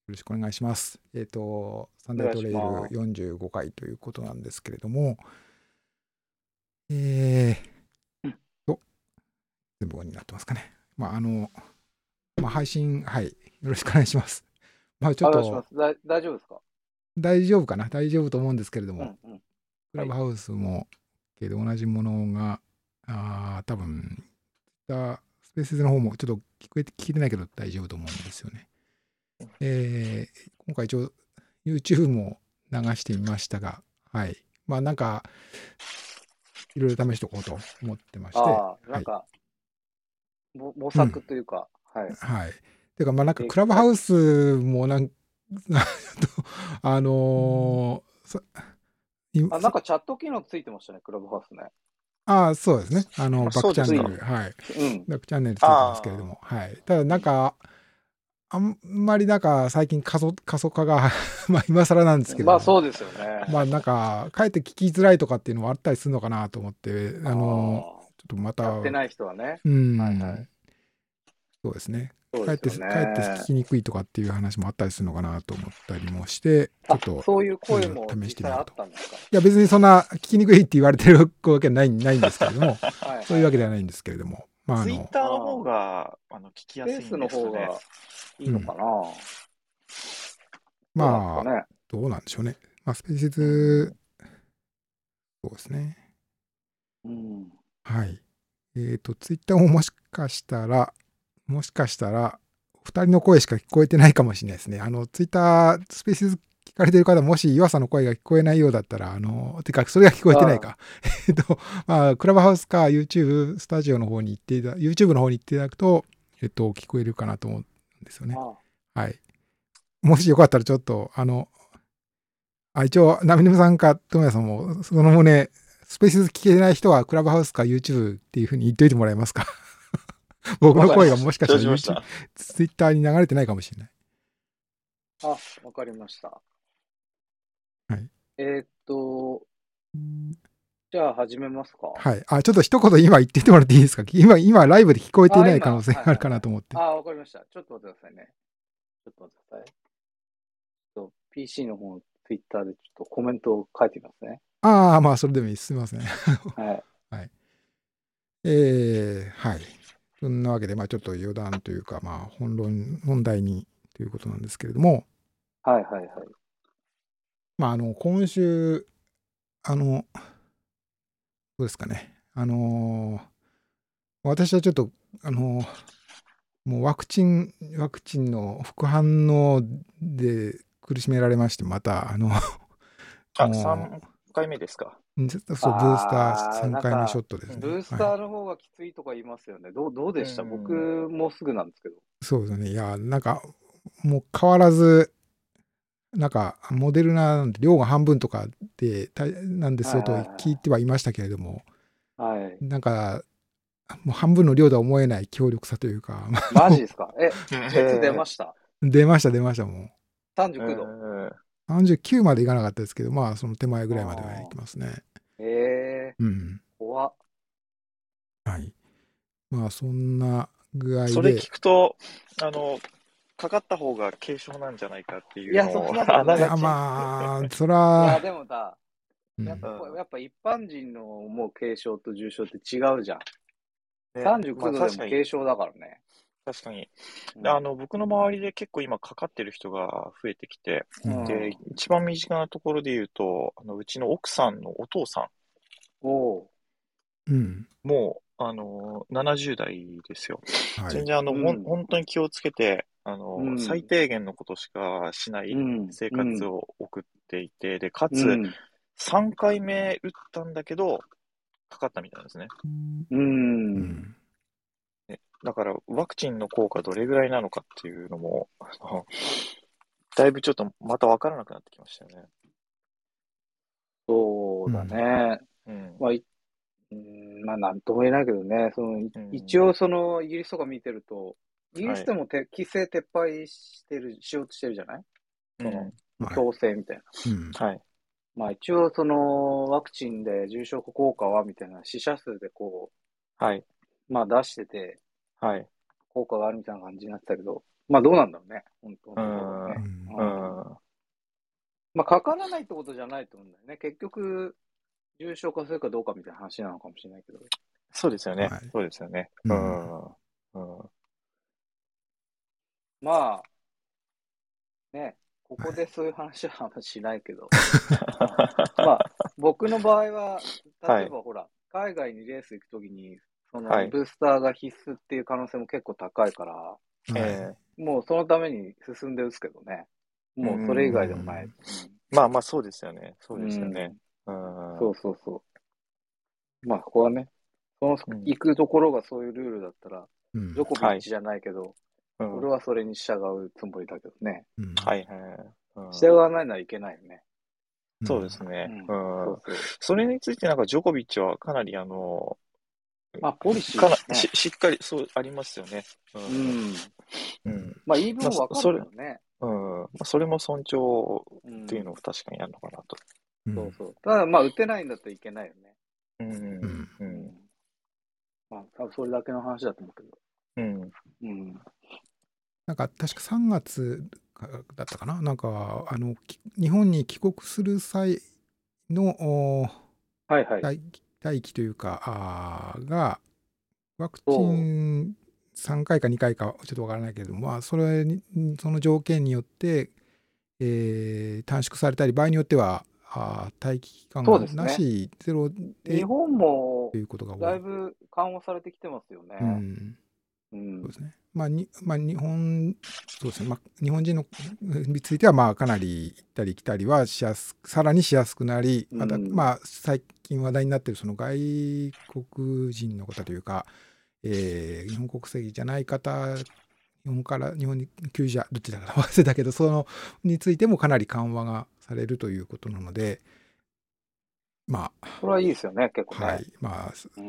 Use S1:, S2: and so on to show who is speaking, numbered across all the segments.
S1: ろしくお願いします。サン
S2: お願い
S1: デートレイル
S2: します。
S1: 45回ということなんですけれども、え
S2: うん。
S1: と、全部になってますかね。配信、はい、よろしくお願いします。ちょっと、
S2: お願いします。大丈夫ですか？
S1: 大丈夫かな、大丈夫と思うんですけれども、
S2: うんうん。はい。
S1: クラブハウスも、同じものが、多分、スペースの方もちょっと聞いてないけど大丈夫と思うんですよね。今回一応 YouTube も流してみましたが、はい。なんか、いろいろ試しておこうと思ってまして、
S2: ああ、な
S1: はい。
S2: んか、模
S1: うん。
S2: 索というか、はい。
S1: はい。てか、なんか、クラブ
S2: さっき、
S1: ハウスもあのーそい
S2: なんかチャット機能ついてましたね、クラブハウスね。
S1: そうですね。バッ
S3: そうですか。
S1: クチャンネル、はい。
S2: うん。
S1: バックチャンネルついてますけれど
S3: あ
S1: も、はい。ただ、
S2: うん。
S1: あんまり最近過疎化が今更なんですけれども、
S2: そうですよね。
S1: かえって聞きづらいとかっていうのもあったりするのかなと思って、
S2: ああ、
S1: ちょっとまた、
S2: やってない人はね。はいはい。
S1: そうですね。
S2: そうですよ
S1: かえって聞
S2: ね。
S1: きにくいとかっていう話もあったりするのかなと思ったりもして、ちょっと
S2: そういう
S1: いろいろ
S2: 声も実際あっ
S1: 試してみようと。
S2: たんですか？
S1: いや、別にそんな聞きにくいって言われてるわけないんですけれども、
S2: はい
S1: そういう
S2: はいはい。
S1: わけではないんですけれども、
S3: ツイッターの方
S2: ああ、
S3: が聞きやすいん
S2: スペースの
S3: ですかね。
S2: 方がいい
S1: うん。
S2: のかな？どうなんですかね。
S1: どうなんでしょうね。スペース、
S3: うん。
S1: そうですね。
S2: うん。
S1: はい。ツイッターももしかしたら、二人の声しか聞こえてないかもしれないですね。ツイッター、スペース聞かれてる方、もし岩佐の声が聞こえないようだったら、てか、それが聞こえてない
S2: あ
S1: か。クラブハウスか YouTube スタジオの方にYouTube の方に行っていただくと、聞こえるかなと思うんですよね。
S2: あ、
S1: はい。もしよかったらちょっと、一応、ナミネムさんか、トモヤさんも、その旨、スペース聞けない人は、クラブハウスか YouTube っていうふうに言っといてもらえますか？僕の声が
S2: わかりました。
S1: もしかしたら
S3: 承知しまし
S1: YouTube、
S3: た。
S1: Twitter に流れてないかもしれない。
S2: わかりました。
S1: はい。
S2: えーっと、じゃあ始めますか。
S1: はい。ちょっと一言今言っていてもらっていいですか？今ライブで聞こえていない可能
S2: 今、
S1: 性があるかなと思って。
S2: わかりました。ちょっと待ってくださいね。ちょっと待ってください。PC の方、Twitter でちょっとコメントを書いてみますね。
S1: それでもいいです。すみません。
S2: はい。
S1: はい。はい。そんなわけで、ちょっと余談というか、本題にということなんですけれども、
S2: はいはいはい。
S1: 今週、どうですかね。私はちょっと、もうワクチンの副反応で苦しめられまして、また、も
S3: 3回目ですか。
S1: そう、ブースター3
S2: なん
S1: 回目ショ
S2: か、
S1: ットですね。
S2: ブース
S1: はい。
S2: ターの方がきついとか言いますよね。どう
S3: う
S2: でした？僕
S3: ん。
S2: もうすぐなんですけど。
S1: そうですね。いや、もう変わらず、モデルナなんて量が半分とかなんです
S2: はい
S1: よと聞い
S2: は
S1: てはいましたけれども、
S2: いはい。はい。
S1: もう半分の量とは思えない強力さというか、
S2: マジですか？熱出
S3: え
S2: ました？
S1: 出ました、もう。
S3: ー、
S2: 39 度。
S1: 39までいかなかったですけど、その手前ぐらいまでは行
S2: あ
S1: きますね。
S2: あ、ええ
S1: うん。
S2: 怖っ。
S1: はい。そんな具合
S3: それ
S1: で、
S3: 聞くと、かかった方が軽症なんじゃないかって
S2: いや、そ
S3: いうのを、
S2: んなことない。
S1: いや、そ
S2: いや、
S1: ら、
S2: でもさ、
S1: うん。
S2: やっぱ一般人のもう軽症と重症って違うじゃん。
S3: ね、
S2: 39度で
S3: 確かに、
S2: も軽症だからね。
S3: 確かに。
S2: うん。
S3: 僕の周りで結構今かかってる人が増えてきて、
S1: うん。
S3: で、一番身近なところで言うと、うちの奥さんのお父さ
S2: おう。
S1: うん。
S3: んも、70代ですよ。
S1: はい。
S3: 全然
S2: うん。
S3: 本当に気をつけて、最
S2: うん。
S3: 低限のことしかしない
S2: うん。
S3: 生
S2: うん。
S3: 活を送っていて、で、かつ、
S2: うん。
S3: 3回目打ったんだけど、かかったみたいなんですね。
S2: うん。
S1: うん。
S3: ねだから、ワクチンの効果どれぐらいなのかっていうのも、だいぶちょっとまた分からなくなってきましたよね。
S2: そうだ
S1: うん。
S2: ね。
S3: うん。
S2: まあ、なんとも言えないけどね。
S3: うん。
S2: 一応イギリスとか見てると、イギリ
S3: はい。
S2: スでも規制撤廃しようとしてるじゃない？
S3: うん。
S2: もう
S1: はい。
S2: 強制みたいな。
S1: うん。
S3: はい。
S2: まあ一応ワクチンで重症化効果はみたいな死者数で
S3: はい。
S2: まあ出してて、
S3: はい。
S2: 効果があるみたいな感じになってたけど、 まあどうなんだろうね。本当
S3: う
S2: のところ
S3: ん。
S2: ね。
S3: う
S2: うん
S3: ん。
S2: まあかからないってことじゃないと思うんだよね。結局、重症化するかどうかみたいな話なのかもしれないけど。
S3: そうですよね。
S1: はい。
S3: そうですよね。
S1: う。
S3: うんん。うん。
S2: まあね、こ
S1: はい。
S2: こでそういう話はあんましないけど。まあ僕の場合は、
S3: はい。
S2: 例えばほら、海外にレース行くときに、その
S3: はい。
S2: ブースターが必須っていう可能性も結構高いから、
S1: はい。
S3: ええ。
S2: もうそのために進んで打つけどね。
S3: う
S2: もうそれ以
S1: う
S2: 外でもない。
S1: ん。
S3: まあまあ、そうですよね。そうですよね。
S2: うん。
S3: うん。
S2: そうそうそう。まあここはね、その
S3: うん。
S2: 行くところがそういうルールだったら、
S1: うん。
S2: ジョコビッ
S3: はい。
S2: チじゃないけど、
S3: うん。
S2: 俺はそれに従うつもりだけどね。
S1: うん。
S3: はいはい。うん。
S2: 従わないのはいけないよね。
S3: そうですね。
S2: うん。
S3: うん。
S2: そうそう。
S3: それについてなんかジョコビッチはかなり
S2: まあポリシーがね。
S3: しっかりそうありますよね。
S2: うん。
S3: うん。うん。
S2: まあ言い
S3: まあ、
S2: 分わかる
S3: それ、
S2: けどね。
S3: うん。まあ、それも尊重っていうの
S2: うん。
S3: も確かにあるのかなと。
S1: うん。
S2: そうそう。ただまあ打てないんだったらいけないよね。
S3: う。
S1: うんん。
S3: う
S2: うん。まあ多分それだけの話だと思うけど。
S3: ん。
S2: うん。
S1: なんか確か3月だったかな。なんか日本に帰国する際の
S2: はいはい。
S1: 待機というかがワクチ
S2: そ
S1: ン3回か2回かちょっとわからないけれども、まあ、その条件によって、短縮されたり、場合によっては待機期間
S2: そう
S1: が
S2: ですね。
S1: なし、ゼロで
S2: 日本も
S1: ということが多い。
S2: だいぶ緩和されてきてますよ
S1: う
S2: ね。
S1: ん、
S2: うん。
S1: そうですね。そうですね。まあ、日本人のについては、まあ、かなり行ったり来たりはさらにしやすくなり、また、
S2: うん。
S1: まあ、最近話題になっているその外国人の方というか、日本国籍じゃない方、日本に救者、どっちだか忘れたけど、についてもかなり緩和がされるということなので、まあ、
S2: それはいいですよね、結構ね。
S1: はい、まあ、
S2: うん。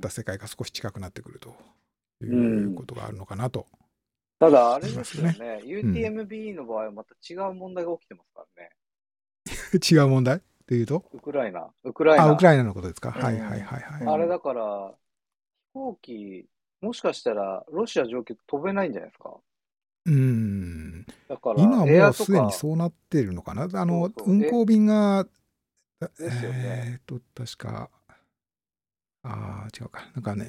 S1: 遠くなった世界が少し近くなってくると
S2: う
S1: いう
S2: ん。
S1: ことがあるのかなと
S2: ただ、あれで
S1: 思いますよね。
S2: すよね。
S1: うん。
S2: UTMB の場合はまた違う問題が起きてますからね。
S1: 違う問題というと、
S2: ウクライナ。ウクライ
S1: ウク
S2: ナ。
S1: ライナのことですか。はいはい
S3: うん。
S1: はいはい。
S2: あれだから、飛行機、もしかしたらロシア上空飛べないんじゃないですか。
S1: うーん。
S2: だから、
S1: 今
S2: エ
S1: もうすでに
S2: アとか、
S1: そうなっているのかな。
S2: そうそう、
S1: 運航便が、
S2: ですよね。
S1: 確か、違うか。なんかね、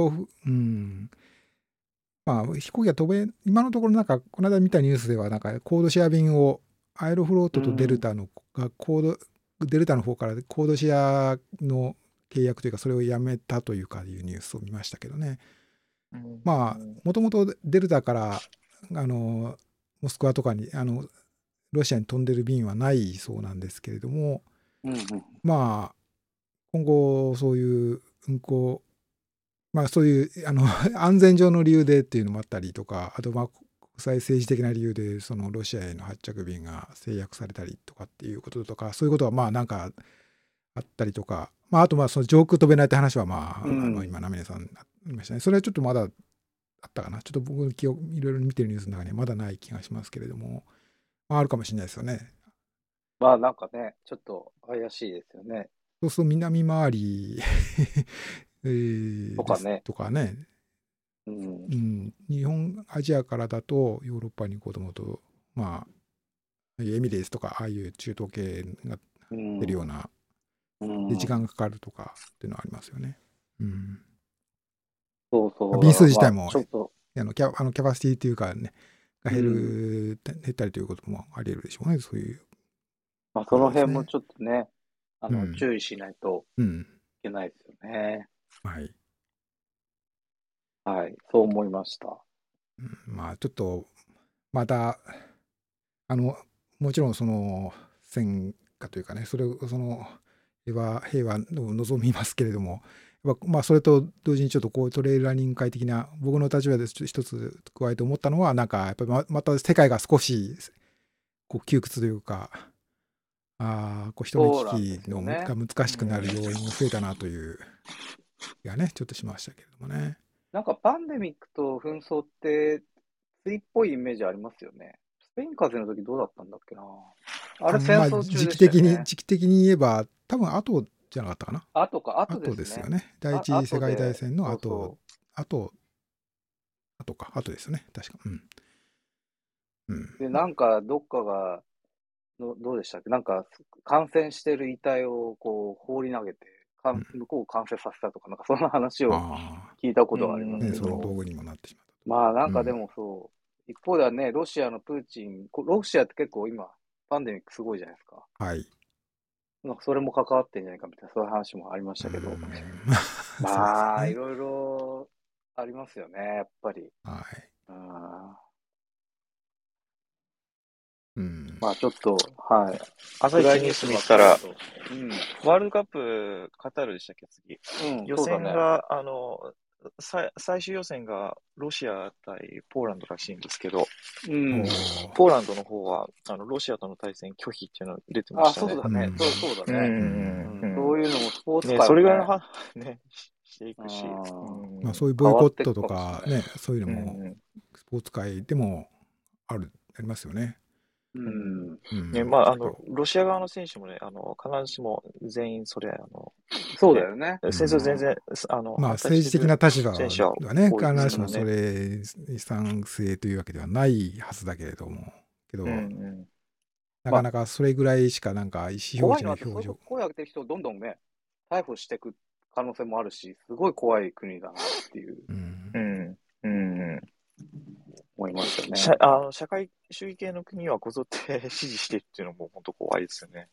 S1: まあ、飛行機が今のところなんか、この間見たニュースでは、なんか、コードシェア便を、アエロフロートと
S2: うん。
S1: デルタの方からコードシェアの契約というか、それをやめたというか、いうニュースを見ましたけどね。
S3: うん。
S1: まあ、もともとデルタから、モスクワとかに、ロシアに飛んでる便はないそうなんですけれども、
S2: うんうん。
S1: まあ、今後、そういう運航、まあ、そういう安全上の理由でっていうのもあったりとか、あと、まあ、国際政治的な理由で、そのロシアへの発着便が制約されたりとかっていうこととか、そういうことは、まあ、なんかあったりとか、まあ、あと、まあ、その上空飛べないって話は、まあ、
S2: うん。
S1: 今、ナミネさん言いましたね。それはちょっとまだあったかな。ちょっと僕のいろいろ見てるニュースの中にはまだない気がしますけれども、まあ、あるかもしれないですよね。
S2: まあなんかね、ちょっと怪しいですよね。
S1: そうすると南回りです
S2: とかね。
S1: とかね、
S2: うん。
S1: アジアからだとヨーロッパに行こうと思うと、まあ、エミレーツとか、ああいう中東系が
S2: う
S1: 出るよう
S2: ん。
S1: な、
S2: う
S1: で、時間
S2: ん。
S1: がかかるとかっていうのはありますよね。うん。
S2: そう、だ
S1: 便数
S2: からまあ、
S1: 自体も、
S2: ちょっと、
S1: キャパシティっていうかね、が
S2: うん。
S1: 減ったりということもあり得るでしょうね。そういう
S2: まあそ
S1: こと
S2: の
S1: ですね。
S2: 辺もちょっとね、
S1: うん。
S2: 注意しないと
S1: うん。
S2: いけないですよね。
S1: はい。
S2: はい。そう思いました。
S1: まあ、ちょっと、また、あの、もちろん戦果というかね、平和を望みますけれども、まあ、それと同時にちょっとこうトレイルランニング界的な僕の立場で一つ加えて思ったのは、なんかやっぱりまた世界が少しこう窮屈というか、こう人の行
S2: そうなんで
S1: き来のが
S2: すよね。
S1: 難しくな
S2: うん。
S1: る要因が増えたなという気がね、ちょっとしましたけれどもね。
S2: なんかパンデミックと紛争って対っぽいイメージありますよね。スペイン風邪の時どうだったんだっけな。あれ戦
S1: まあ、
S2: 争中でしたよね。
S1: 時期的に言えば、多分後じゃなかったかな。
S2: 後で
S1: 後
S2: すね。
S1: ですよね。第一次世界大
S2: 後で、
S1: 戦の
S2: そうそ
S1: 後ですよね。確か。うん。 うん。
S2: で、なんかどっかが、どうでしたっけ、なんか感染してる遺体をこう放り投げて、向こうを感染させたとか、なんかそんな話を
S1: あ
S2: 聞いたこ
S3: う
S2: とがあります
S1: あ、ね、
S2: け
S1: その道
S2: ど、
S1: 具にもなってしまったと。
S2: まあなんかで
S1: うん。
S2: もそう、一方ではね、ロシアのプーチン、ロシアって結構今、パンデミックすごいじゃないですか。
S1: はい。
S2: なんかそれも関わってんじゃないかみたいな、そういう話もありまし
S1: う
S2: たけど、
S1: ん。そうです
S2: まあ、い
S1: ね。
S2: ろいろありますよね、やっぱり。
S1: はい。
S2: うん、
S1: うん。
S2: まあちょっと、はい。
S3: 朝一ニュース
S2: 暗いニュースば
S3: 見たら、
S2: っかりだと。
S3: ワールドカップ、カタールでしたっけ、次。
S2: うん、
S3: 予
S2: そうだね。
S3: 選が、最終予選がロシア対ポーランドらしいんですけど、
S2: うん。
S3: ポーランドの方は、ロシアとの対戦拒否っていうのが出てま
S2: あ、
S3: したね。
S2: そうだね。そうだね。そういうのもスポーツ
S3: ね、
S2: 界もね、
S3: それぐらいのね、していくし。
S1: まあそういうボイ
S2: 変わ
S1: コッ
S2: っていくかも
S1: トとか
S2: しれない。
S1: ね、そういうのもスポーツ界でもありますよね。
S3: ね、まあ、
S1: ちょっと、
S3: ロシア側の選手もね、必ずしも全員それ、ね、
S2: そうだよね。
S3: 戦争全然、
S1: まあ
S3: 反対してる
S1: 政治的な立場
S3: 選手は
S1: はね、
S3: 多いで
S1: 必ずしもそ
S3: すからね。
S1: れに賛成というわけではないはずだけれども、けど、な
S2: まあ、
S1: かなかそれぐらいしかなんか意思
S2: 怖い
S1: 表
S2: のはそういう
S1: 示の表情。
S2: 声を上げてる人をどんどんね、逮捕していく可能性もあるし、すごい怖い国だなっていう思いますよね。
S3: 社会主義系の国はこぞって支持してるっていうのも本当怖いですよね。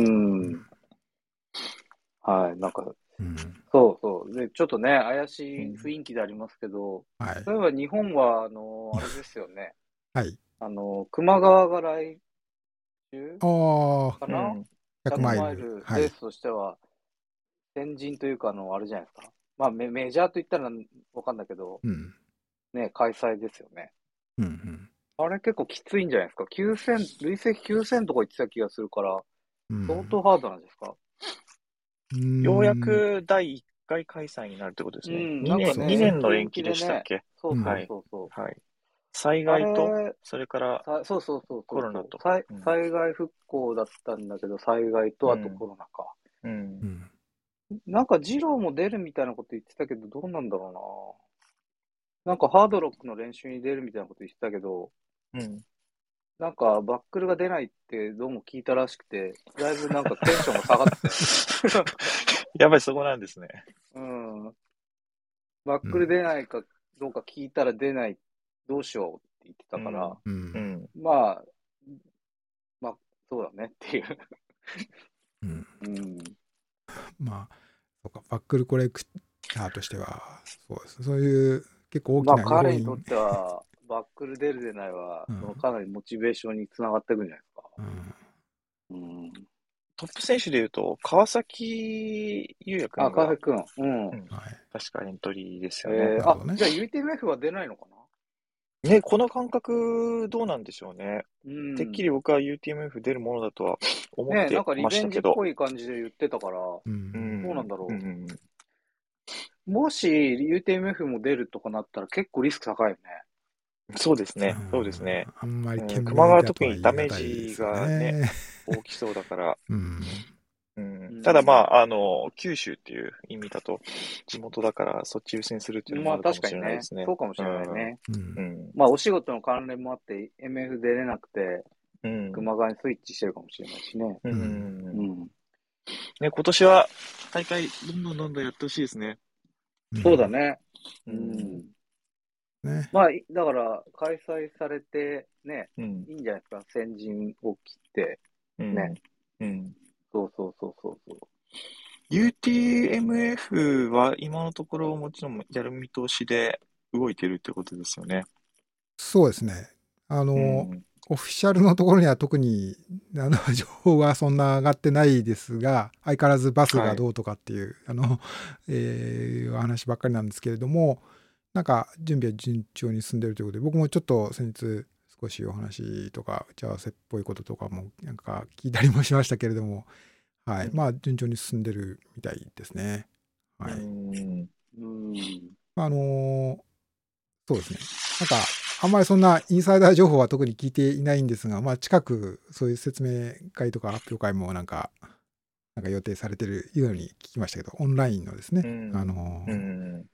S2: はい、なんか、
S1: うん
S2: そうそう。で、ちょっとね、怪しい雰囲気でありますけど、
S1: はい。
S2: 例えば日本は、あれですよね。
S1: はい。
S2: 球磨川が来週
S1: ああ、
S2: かな
S1: 100
S2: ?100
S1: マイル。
S2: マイル
S1: はい。
S2: レースとしては、先人というか、あれじゃないですか。まあ、メジャーと言ったらわかんないけど、
S1: うん。
S2: ね、開催ですよね。
S1: うんうん。
S2: あれ結構きついんじゃないですか。累積9000とか言ってた気がするから、相当ハードなんですか。
S3: ようやく第1回開催になるってことですね。
S2: なんかね、
S3: 2年の延期で
S2: 延期でね、
S3: したっけ？
S2: そうそう
S3: はい。
S2: そうそう。
S3: はい。災
S2: あ
S3: 害と、
S2: れ、
S3: それから
S2: そうそうそうそうそう。
S3: コロナと。
S2: 災害復興だったんだけど、災害とあとコロナか。なんか二郎も出るみたいなこと言ってたけど、どうなんだろうな。なんかハードロックの練習に出るみたいなこと言ってたけど、なんかバックルが出ないってどうも聞いたらしくて、だいぶなんかテンションが下がってたよ。
S3: やっぱりそこなんですね。
S2: バックル出ないかどうか聞いたら出ない、どうしようって言ってたから、まあ、そうだねっていう。
S1: まあ、そうか、バックルコレクターとしては、そうです。そういう結構大きな要因。
S2: 彼にとっては、バックル出る出ないは、かなりモチベーションにつながっていくんじゃないですか。
S3: トップ選手でいうと、川崎優也君が、
S2: 川崎君。
S3: 確かエントリーですよね。
S2: じゃあ UTMF は出ないのかな。
S3: ね、この感覚どうなんでしょうね。てっきり僕は UTMF 出るものだとは思って
S2: なんかリ
S3: ましたけど。
S2: ベンジっぽい感じで言ってたから、どうなんだろう。もし UTMF も出るとかなったら結構リスク高いよね。
S3: そうですね。そうですね。
S1: あんまり懸命
S3: 球磨は
S1: だと
S3: 特にダメー
S1: は言い難いで
S3: ジ
S1: すよ
S3: がね、
S1: ね。
S3: 大きそうだから。
S1: た
S3: ただまあ、九州っていう意味だと、地元だからそっち優先するっていうのもあるかもしれないですね。
S2: そうかもしれないね。まあ、お仕事の関連もあって、MF 出れなくて、熊川にスイッチしてるかもしれないしね。
S3: ね、今年は大会どんどんやってほしいですね。
S2: そうだね。まあ、だから、開催されて、ね、いいんじゃないですか。先陣を切って、ね。そうそうそうそう。
S3: UTMF は今のところもちろんやる見通しで動いてるってことですよね。
S1: そうですね。オフィシャルのところには特に情報はそんな上がってないですが、相変わらずバスがどうとかっていう、お話ばっかりなんですけれども、なんか準備は順調に進んでいるということで、僕もちょっと先日少しお話とか打ち合わせっぽいこととかもなんか聞いたりもしましたけれども、はい、まあ順調に進んでるみたいですね。はい。そうですね。なんかあんまりそんなインサイダー情報は特に聞いていないんですが、まあ近くそういう説明会とか発表会もなんか予定されてるように聞きましたけど、オンラインのですね、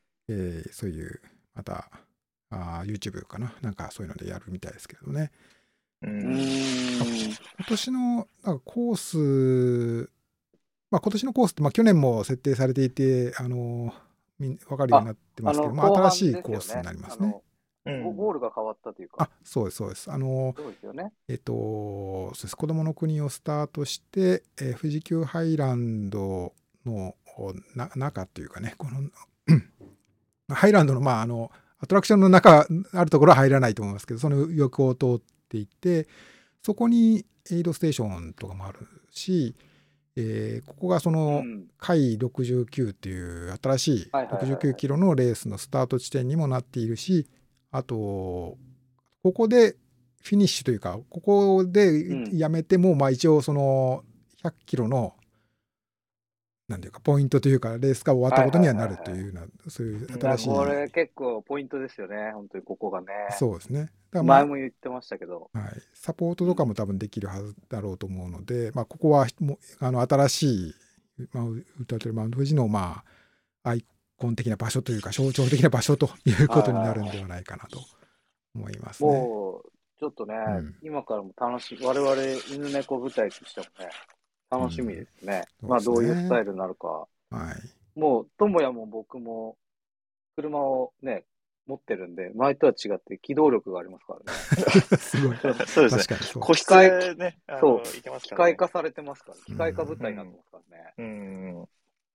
S1: そういうまたYouTube かな、なんかそういうのでやるみたいですけどね。 今年のなんかコース、今年のコースって、去年も設定されていて、分かるようになってますけど、新しいコースになりますね。
S2: ゴールが変わったというか。
S1: そうです、そうです。
S2: そうですよね。
S1: そうです。子供の国をスタートして、富士急ハイランドの中というかね、このハイランドの、アトラクションの中あるところは入らないと思いますけど、その横を通っていて、そこにエイドステーションとかもあるし、ここがその回69っていう新しい69キロのレースのスタート地点にもなっているし、あとここでフィニッシュというか、ここでやめても、一応その100キロのなんていうかポイントというかレースが終わったことにはなるというような、そういう新しい。
S2: これ結構ポイントですよね、本当にここがね。
S1: そうですね。
S2: 前も言ってましたけど、
S1: サポートとかも多分できるはずだろうと思うので、ここはも新しい、歌ってるマウント富士のアイコン的な場所というか象徴的な場所ということになるんではないかなと思いますね。
S2: もうちょっとね、今からも楽しい、我々犬猫部隊としてもね、楽しみですね。どういうスタイルになるか。もう、智也も僕も車をね、持ってるんで、前とは違って機動力がありますからね。
S1: すごい。
S3: そうですね。
S1: 確かにそう。
S3: 個室ね、
S2: そう、機械化されてますから、機械化部隊になってますからね。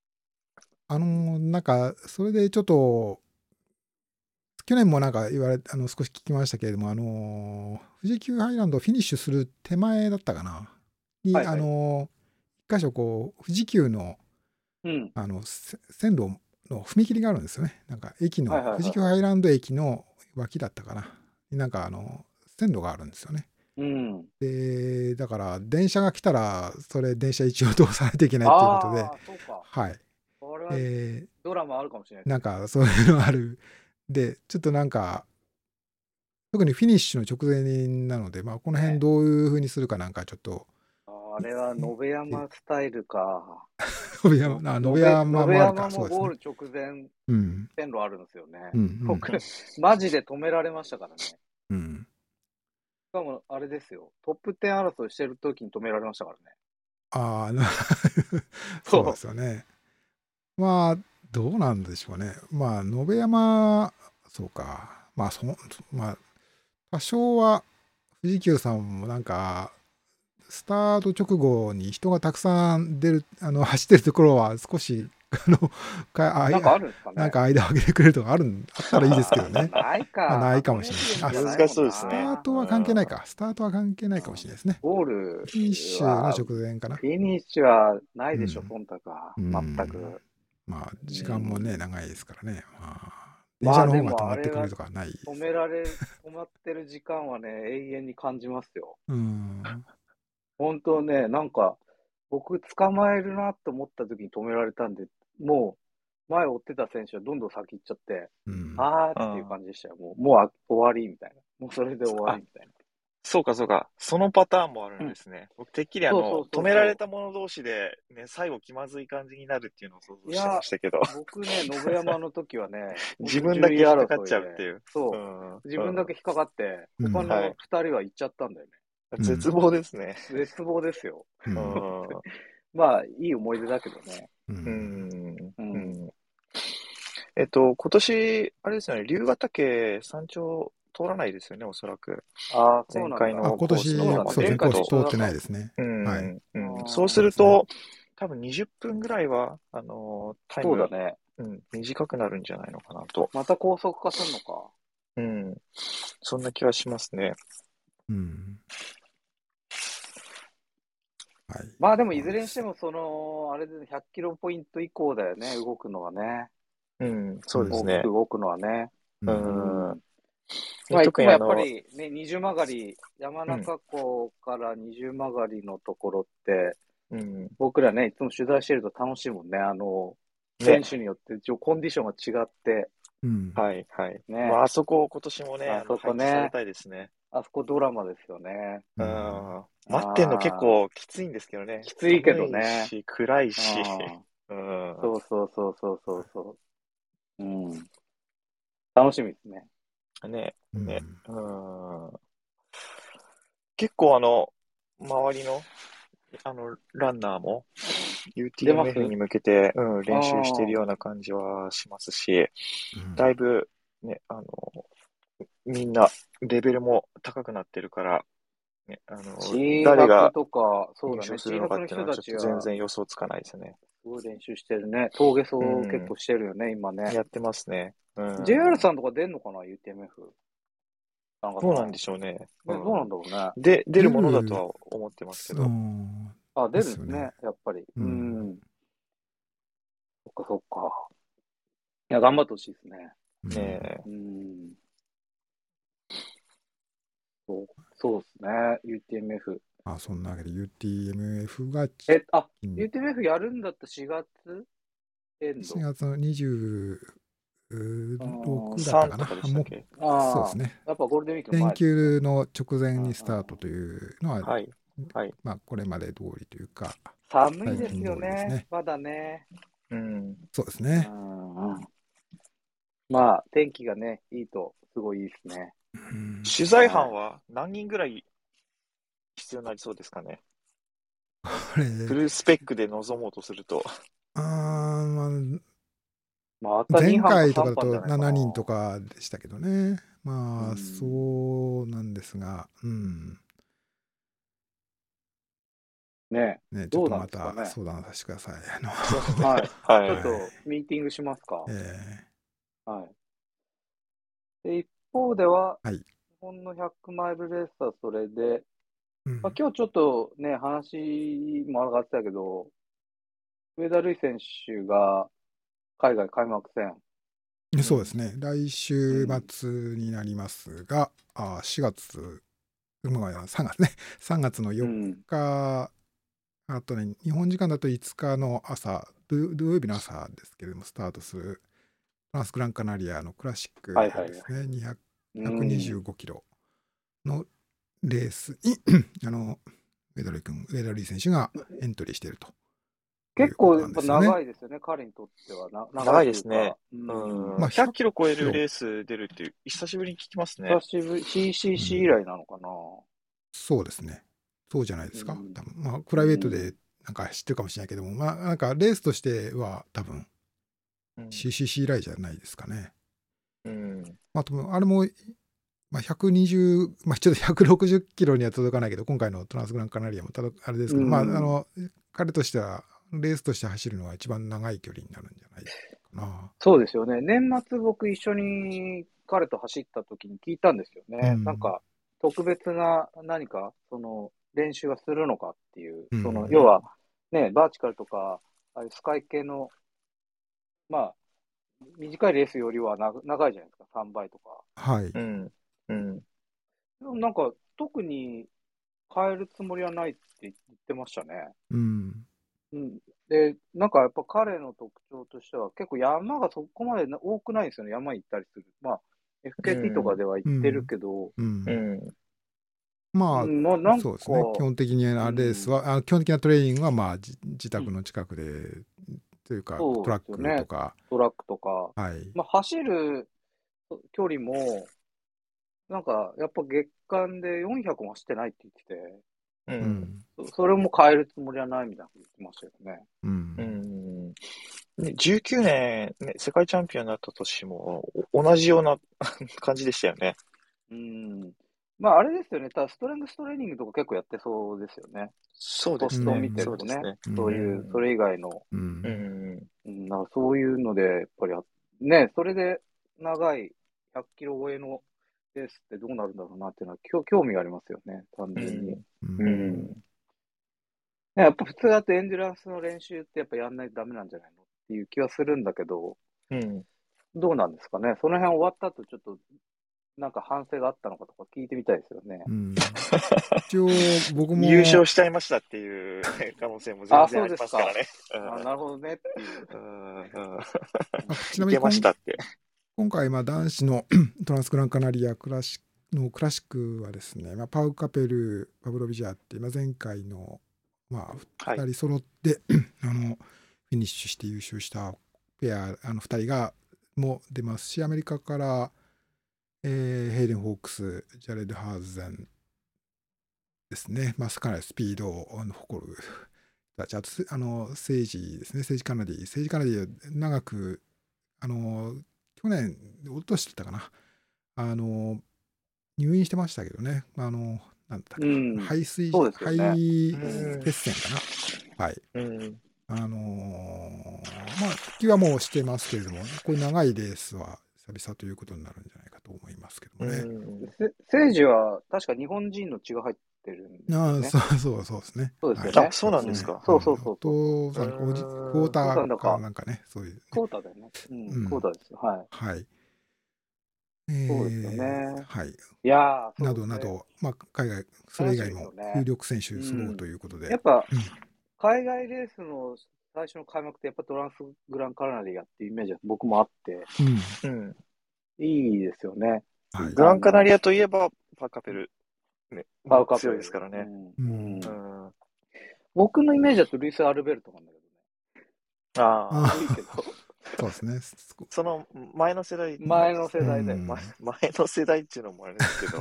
S1: なんか、それでちょっと、去年もなんか言われ、少し聞きましたけれども、富士急ハイランドをフィニッシュする手前だったかな。に、一箇所こう、富士急の、線路の踏切があるんですよね。なんか駅の、富士急ハイランド駅の脇だったかな。なんか線路があるんですよね。で、だから電車が来たら、電車一応通さないといけないっていうことで、はい。
S2: これはドラマあるかもしれない。
S1: なんかそういうのある。で、ちょっとなんか、特にフィニッシュの直前なので、この辺どういう風にするかなんかちょっと。
S2: あれは延山スタイルか。
S1: 延山もあるか。
S2: もゴール直前、線路あるんですよね。
S1: 僕、
S2: マジで止められましたからね。
S1: し
S2: かも、あれですよ。トップ10争いしてる時に止められましたからね。
S1: そうですよね。どうなんでしょうね。延山、そうか。多少は富士急さんもなんか、スタート直後に人がたくさん走ってるところは少し、
S2: なんかあるんですかね。
S1: なんか間を空けてくれるとかあったらいいですけどね。
S2: ないか。
S1: ないかもしれない。
S3: 難しそうですね。
S1: スタートは関係ないか。スタートは関係ないかもしれないですね。
S2: ゴール。
S1: フィニッシュの直前かな。
S2: フィニッシュはないでしょ、忖度は。全く。
S1: 時間もね、長いですからね。電車の方が止まってくれるとかない。
S2: 止まってる時間はね、永遠に感じますよ。本当ね、なんか、僕捕まえるなと思った時に止められたんで、もう、前追ってた選手はどんどん先行っちゃって、あーっていう感じでしたよ。もう終わりみたいな。もうそれで終わりみたいな。
S3: そうか、そうか。そのパターンもあるんですね。僕、てっきり止められた者同士で、ね、最後気まずい感じになるっていうのを想像してましたけど。
S2: 僕ね、延山の時はね、
S3: 自分だけ引っかかっちゃうっていう。
S2: そう。自分だけ引っかかって、他の2人は行っちゃったんだよね。
S3: 絶望ですね。
S2: 絶望ですよ。いい思い出だけどね。
S3: 今年、あれですよね、龍ヶ岳山頂通らないですよね、おそらく。前回の
S1: 今年、そうコース通ってないですね。
S3: そうすると、多分20分ぐらいは、タイム
S2: そうだね。
S3: 短くなるんじゃないのかなと。
S2: また高速化するのか。
S3: そんな気はしますね。
S2: でもいずれにしても、あれで100キロポイント以降だよね、動くのはね。
S3: そうですね。
S2: 動くのはね。
S3: 特に
S2: やっぱりね、二重曲がり、山中湖から二重曲がりのところって、僕らね、いつも取材してると楽しいもんね。選手によってコンディションが違って。
S3: はいはい。あそこ今年もね、配置されたいですね。
S2: あそこドラマですよね。
S3: 待ってんの結構きついんですけどね。
S2: きついけどね。
S3: 暗いし。
S2: そう。楽しみですね。
S3: 結構周りの、ランナーも、
S2: 出ます
S3: UTMF に向けて、練習している
S2: あ
S3: ような感じはしますし、
S1: うん
S3: だいぶ、ね、みんな、レベルも高くなってるから、ね、誰
S2: G100
S3: が
S2: とか、そ
S3: 優
S2: うだね。
S3: 勝するのか
S2: G100 の
S3: っていうの
S2: 人
S3: はちょっと全
S2: たちは、
S3: 然予想つかないですね。
S2: すごい練習してるね。峠走結構
S3: うん。
S2: してるよね、今ね。
S3: やってますね。うん。
S2: JR さんとか出んのかな、UTMF。田中さん。
S3: どうなんでしょうね。う
S2: ね、どうなん
S3: ん。
S2: だろうね。
S3: 出るものだと
S1: 出る、
S3: は思ってますけ
S1: そ
S3: ど。
S1: う
S2: あ、出
S1: ですよね。
S2: るんですね、やっぱり。
S1: うん。
S2: そっかそっか。いや、頑張ってほしいですね。
S1: うん
S3: ねえ。
S2: そう、そうですね、UTMF。
S1: そんなわけで UTMF が
S2: UTMF やるんだった4月エン
S1: 4
S2: ド
S1: 月の26だった
S3: 3
S1: かな。
S3: とかでしたっけ？
S1: そうですね。
S2: やっぱゴールデンウィークの
S1: 連
S2: 前ですね。
S1: 休の直前にスタートというのは、
S3: はい。はい。
S1: これまで通りというか、
S2: 寒いです
S1: 最近通
S2: よね、
S1: りですね。
S2: まだね。
S3: うん。
S1: そうですね。
S2: まあ、天気がね、いいと、すごいいいですね。
S3: 取材班は何人ぐらい必要になりそうですかね。
S1: これ、
S3: フルスペックで臨もうとすると。
S2: また2
S1: 前
S2: 班か
S1: 回とか
S2: 3
S1: だと
S2: 班じゃないかな。
S1: 7人とかでしたけどね。そうなんですが、
S2: ね、
S1: ね、ちょっ
S2: どう
S1: とま
S2: なんですかね。
S1: た相談させてください。
S2: はい。
S3: はい。
S2: ちょっとミーティングしますか。はい。で、一方では、
S1: はい。
S2: 日本の100マイルレースはそれで、
S1: うん
S2: 今日ちょっとね、話も上がってたけど、上田瑠衣選手が海外開幕戦。
S1: そうですね。来週末になりますが、4月、3月ね。3月の4日、あとね、日本時間だと5日の朝、土曜日の朝ですけれども、スタートするトランスグランカナリアのクラシックですね。125キロのレースに、ウェダルイ選手がエントリーしていると。
S2: 結構やっぱ長いですよね、彼にとっては。
S3: 長いですね。100キロ超えるレース出るっていう、久しぶりに聞きますね。
S2: 久しぶり、CCC 以来なのかな。
S1: そうですね。そうじゃないですか。多分プライベートでなんか知ってるかもしれないけども、なんかレースとしては多分、CCC 以来じゃないですかね。あれも、120、ちょっと160キロには届かないけど、今回のトランスグランカナリアもあれですけど、彼としては、レースとして走るのは一番長い距離になるんじゃないかな。
S2: そうですよね。年末僕一緒に彼と走った時に聞いたんですよね。なんか、特別な何か、練習はするのかっていう、要は、ね、バーチカルとか、ああいうスカイ系の、短いレースよりは長いじゃないですか、3倍とか。
S1: はい。
S2: なんか、特に変えるつもりはないって言ってましたね。で、なんかやっぱ彼の特徴としては、結構山がそこまで多くないんですよね、山行ったりする。FKT とかでは行ってるけど、
S1: そうですね。基本的にレースは、基本的なトレーニングは、自宅の近くで、というか、トラックとか。
S2: トラックとか。
S1: はい。
S2: 走る距離も、なんか、やっぱ月間で400も走ってないって言ってて、それも変えるつもりはないみたいなこと言ってましたよね。
S3: 19年、ね、世界チャンピオンになった年も同じような感じでしたよね。
S2: あれですよね。ストレングストレーニングとか結構やってそうですよね。
S3: そうですね。
S2: ポスト見てるとね。そういう、それ以外の。そういうので、やっぱり、ね、それで長い100キロ超えのレースってどうなるんだろうなっていうのは興味がありますよね。単純に。やっぱ普通だとエンデュランスの練習ってやっぱやんないとダメなんじゃないのっていう気はするんだけど、どうなんですかね。その辺終わった後ちょっとなんか反省があったのかとか聞いてみたいですよね。
S1: 一応僕も
S3: 優勝しちゃいましたっていう可能性も全然ありますからね。
S2: なるほどねっていう。
S1: ちなみに今回男子のトランスグランカナリアクラシックはですね、パウカペル、パブロビジャーって前回の2人揃ってフィニッシュして優勝したペア2人がも出ますし、アメリカからヘイデン・ホークス、ジャレッド・ハーズゼンですね。まあ、かなりスピードを誇る人たち。あと、政治ですね。政治カナディは長く、去年、一昨年だったかな。入院してましたけどね。なんだったっけな。
S2: そうですよね。
S1: 肺血栓かな。はい。まあ、復帰はもうしてますけれども、こういう長いレースは久々ということになるんじゃないかと思いますけどもね。
S2: 政治は確か日本人の血が入ってるんですよね。
S1: そうですね。
S2: そうですよね。
S3: あ、そうなんですか。
S2: そう。
S1: お父さん、クォーターかなんかね、そういう。
S2: クォーターだよね。クォーターですよ。はい。
S1: はい。
S2: そうですよね。
S1: はい。
S2: いやー、
S1: などなど、まあ、海外、それ以外も有力選手揃うということで。
S2: やっぱ、海外レースの最初の開幕ってやっぱトランスグランカナリアっていうイメージは僕もあって、いいですよね。
S3: グランカナリアといえばパーカペル、ね、
S2: パーカペル
S3: 強いですからね。
S2: 僕のイメージだとルイス・アルベルトなんだけどね。悪いけど。
S1: そうですね。
S3: その前の世代。
S2: 前の世代で。
S3: 前の世代っていうのもあれですけど。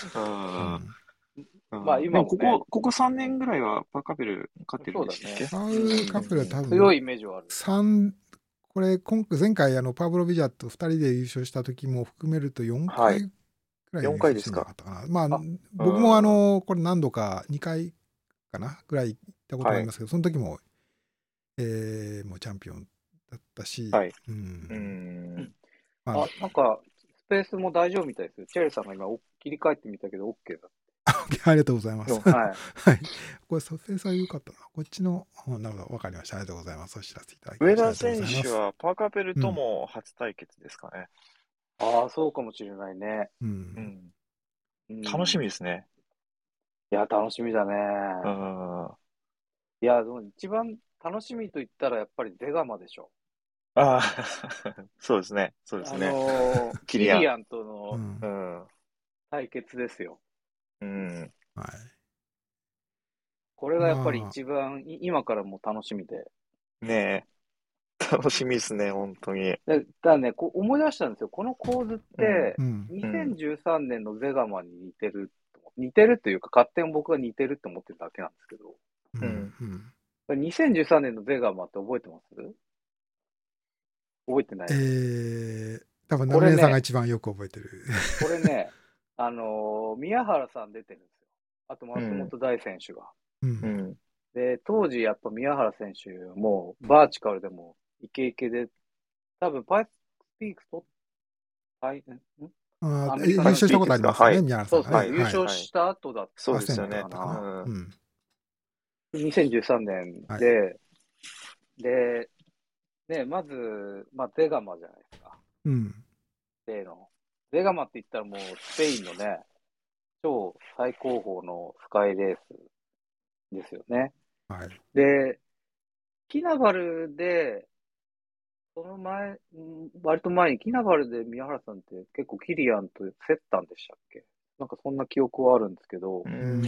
S2: まあ今もね、
S3: ここ3年ぐらいはパーカペル勝ってるんでしたっけ？
S1: パーカペルは多分
S2: 強いイメージはある。
S1: これ前回パブロ・ビジャと2人で優勝した時も含めると4回ぐらい優勝してなかったかな。まあ僕もこれ何度か2回かなぐらい行ったことがありますけど、その時ももうチャンピオンだったし、
S2: なんかスペースも大丈夫みたいですよ。チェルさんが今切り替えてみたけど OK だ。
S1: ありがとうございます。
S2: はい。
S1: これスペースは良かったな。こっちのなるほど、わかりました。ありがとうございます。お知らせいただきま
S3: 上田選手はパーカペルとも初対決ですかね。
S2: ああ、そうかもしれないね。
S3: 楽しみですね。
S2: いや、楽しみだね。いや、でも一番楽しみと言ったらやっぱりゼガマでしょ。
S3: ああ、そうですね。
S2: キリアンとの対決ですよ。
S1: はい。
S2: これがやっぱり一番、今からも楽しみで。
S3: ねえ。楽しみですね、本当に。
S2: だね、思い出したんですよ。この構図って、2013年のゼガマに似てるというか、勝手に僕が似てるって思ってるだけなんですけど。2013年のゼガマって覚えてます？覚えてない？
S1: 多分、成美さんが一番よく覚えてる。
S2: これね、宮原さん出てるんですよ。あと、松本大選手が。で、当時、やっぱ宮原選手も、バーチカルでもイケイケで、多分、パイスピークと、
S1: 優勝したことありますよね、宮原さん。
S2: そう、優勝した後だった
S3: そうですよね。
S2: 2013年で、で、ね、まず、ゼガマじゃないですか。ゼガマって言ったらもうスペインのね、超最高峰のスカイレースですよね。で、キナバルで、その前、割と前にキナバルで宮原さんって結構キリアンと競ったんでしたっけ？なんかそんな記憶はあるんですけど。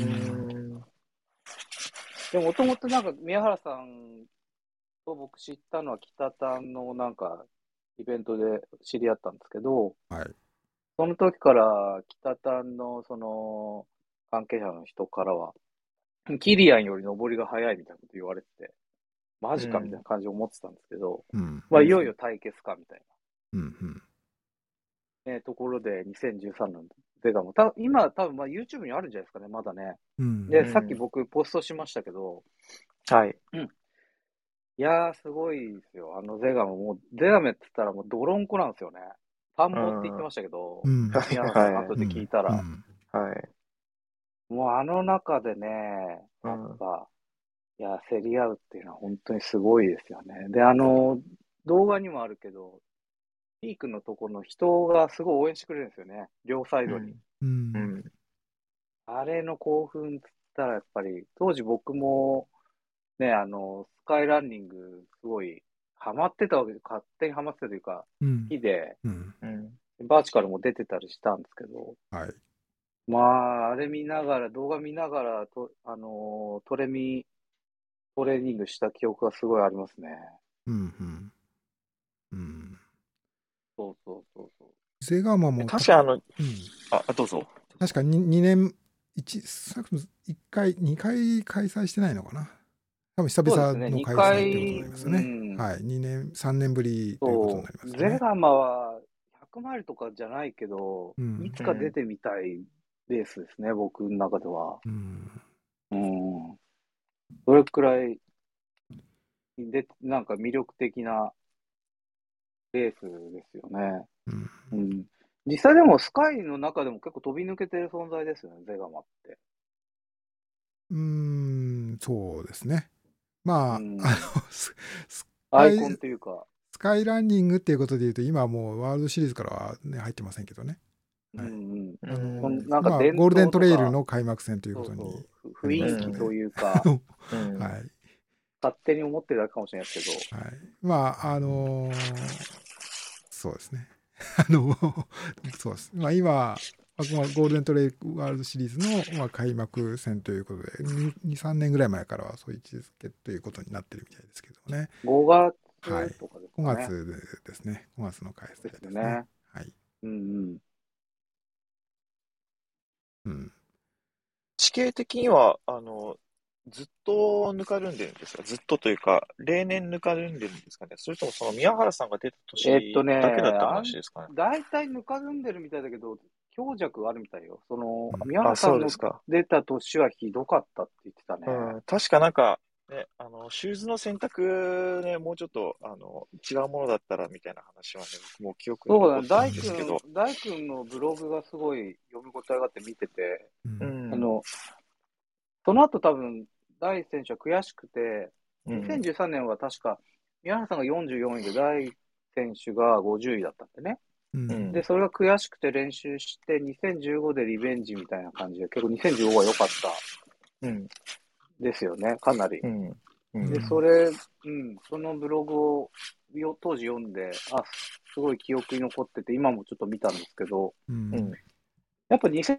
S2: でも、もともとなんか宮原さんと僕知ったのは北谷のなんかイベントで知り合ったんですけど、その時から北谷のその関係者の人からは、キリアンより登りが早いみたいなこと言われてて、マジかみたいな感じで思ってたんですけど、まあいよいよ対決かみたいな。ところで2013年ゼガも、今多分まあ YouTube にあるんじゃないですかね、まだね。で、さっき僕ポストしましたけど、いやー、すごいですよ。ゼガもゼガメって言ったらもう泥んこなんですよね。田んぼって言ってましたけど、宮原さん後で聞いたら。もうあの中でね、やっぱ、競り合うっていうのは本当にすごいですよね。で、動画にもあるけど、ピークのところの人がすごい応援してくれるんですよね。両サイドに。あれの興奮っつったらやっぱり、当時僕も、ね、スカイランニング、すごい、ハマってたわけで、勝手にハマってたというか、好きで、バーチカルも出てたりしたんですけど、まあ、あれ見ながら、動画見ながら、トレーニングした記憶がすごいありますね。そう。
S1: ゼガマも。
S3: 確かどうぞ。
S1: 確か2年少なくとも1回、2回開催してないのかな。多分久々の開催ということになりますね。はい。2年、3年ぶりということになりますね。
S2: ゼガマは100マイルとかじゃないけど、いつか出てみたいレースですね、僕の中では。どれくらいで、なんか魅力的なレースですよね。実際でもスカイの中でも結構飛び抜けてる存在ですよね、ゼガマって。
S1: そうですね。まあ、
S2: アイコンというか。
S1: スカイランニングっていうことでいうと、今はもうワールドシリーズからは、ね、入ってませんけどね。ゴールデントレイルの開幕戦ということに、
S2: 雰囲気というか、
S1: はい、
S2: 勝手に思ってるだけかもしれないですけど。
S1: はい、まあ、そうですね。そうです。まあ、今、ゴールデントレイルワールドシリーズの、開幕戦ということで、2、3年ぐらい前からはそういう位置づけということになってるみたいですけどね。
S2: 5月とかですかね。
S1: 5月ですね。5月の開催ですね。はい。
S3: 地形的には、ずっとぬかるんでるんですか？ずっとというか、例年ぬかるんでるんですかね？それともその宮原さんが出た年だけだった話ですかね？
S2: 大体ぬかるんでるみたいだけど、強弱あるみたいよ。宮原さんの出た年はひどかったって言ってたね。
S3: 確かなんか、ね、シューズの選択ね、もうちょっと、違うものだったらみたいな話はね、僕も記憶に残ってるんですけど。
S2: 大君のブログがすごい読み応えがあって見てて、その後多分、大選手は悔しくて、2013年は確か、宮原さんが44位で、大選手が50位だったってね。で、それが悔しくて練習して、2015でリベンジみたいな感じで、結構2015は良かった。ですよね、かなり。で、そのブログを当時読んで、すごい記憶に残ってて、今もちょっと見たんですけど、やっぱ2013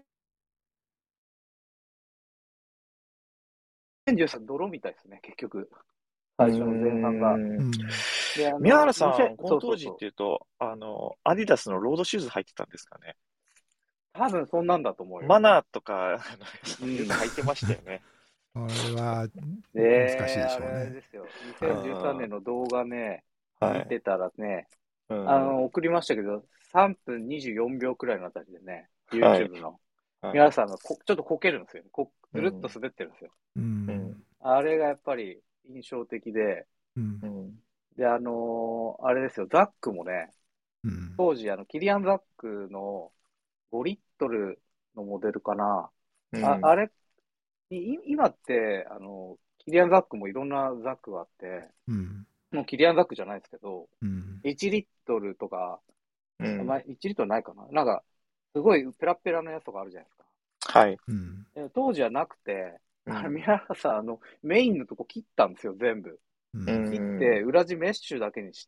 S2: 泥みたいですね、結局。最初の前半が。
S3: 宮原さん、この当時っていうと、アディダスのロードシューズ入ってたんですかね？
S2: 多分そんなんだと思うよ。
S3: マナーとか、履いてましたよね。
S1: これは難しいでしょうね。
S2: あれですよ。2013年の動画ね、見てたらね、送りましたけど、3分24秒くらいのあたりでね、YouTube の。皆さんがちょっとこけるんですよね。ずるっと滑ってるんですよ。あれがやっぱり印象的で、で、あれですよ、ザックもね、当時、キリアン・ザックの5リットルのモデルかな。あれ、今って、キリアン・ザックもいろんなザックがあって、もうキリアン・ザックじゃないですけど、1リットルとか、1リットルないかな。なんか、すごいペラペラのやつとかあるじゃないですか。
S3: はい。
S2: 当時はなって、宮原さん、メインのとこ切ったんですよ、全部。切って、裏地メッシュだけにして、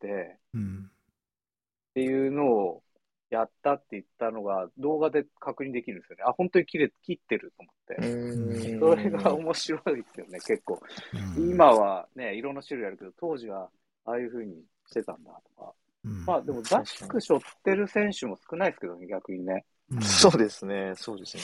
S2: っていうのをやったって言ったのが動画で確認できるんですよね。本当に切ってると思って。それが面白いですよね、結構。今はね、いろんな種類あるけど、当時はああいう風にしてたんだとか。まあでも、ザック背負ってる選手も少ないですけどね、逆にね。
S3: そうですね、そうですね。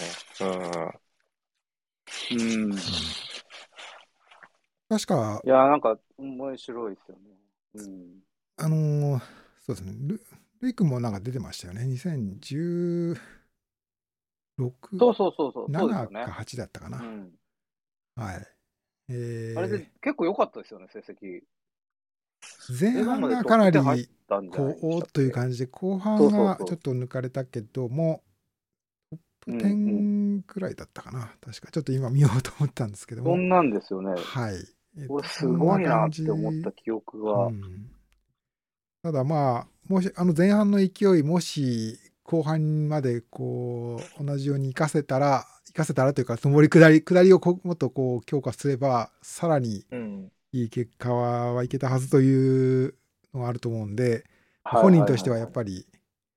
S1: 確か、
S2: いや、なんか面白いですよね。
S1: そうですね。ルイ君もなんか出てましたよね。2016、
S2: そう
S1: 7か8だったかな。はい。
S2: あれで結構良かったですよね、成績。
S1: 前半がかなりおという感じで、後半がちょっと抜かれたけども、トップ10くらいだったかな。確か。ちょっと今見ようと思ったんですけども。
S2: そんなんですよね。
S1: はい。
S2: これすごいなって思った記憶が。
S1: ただもし、前半の勢い、もし、後半まで同じように活かせたらというか、上り下りをもっと強化すれば、さらにいい結果はいけたはずというのがあると思うんで、本人としてはやっぱり、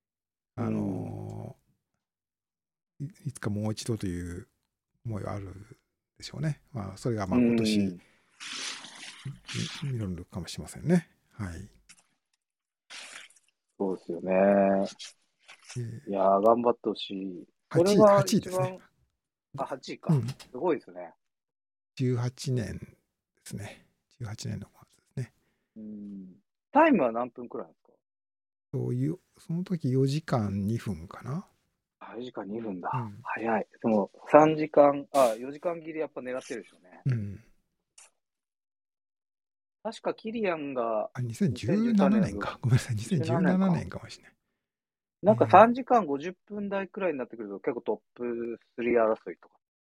S1: いつかもう一度という思いはあるでしょうね。それが今年見れるかもしれませんね。はい。
S2: そうですよね。いやー、頑張ってほしい。
S1: 8位ですね。
S2: あ、8位か。すごいですね。
S1: 18年ですね。18年のはずですね。
S2: タイムは何分くらいですか？
S1: その時4時間2分かな。
S2: 4時間2分だ。早い。でも3時間、4時間切りやっぱ狙ってるでしょうね。確かキリアンが
S1: 2017年か。ごめんなさい。2017年かもしれない。
S2: なんか3時間50分台くらいになってくると結構トップ3争いとか。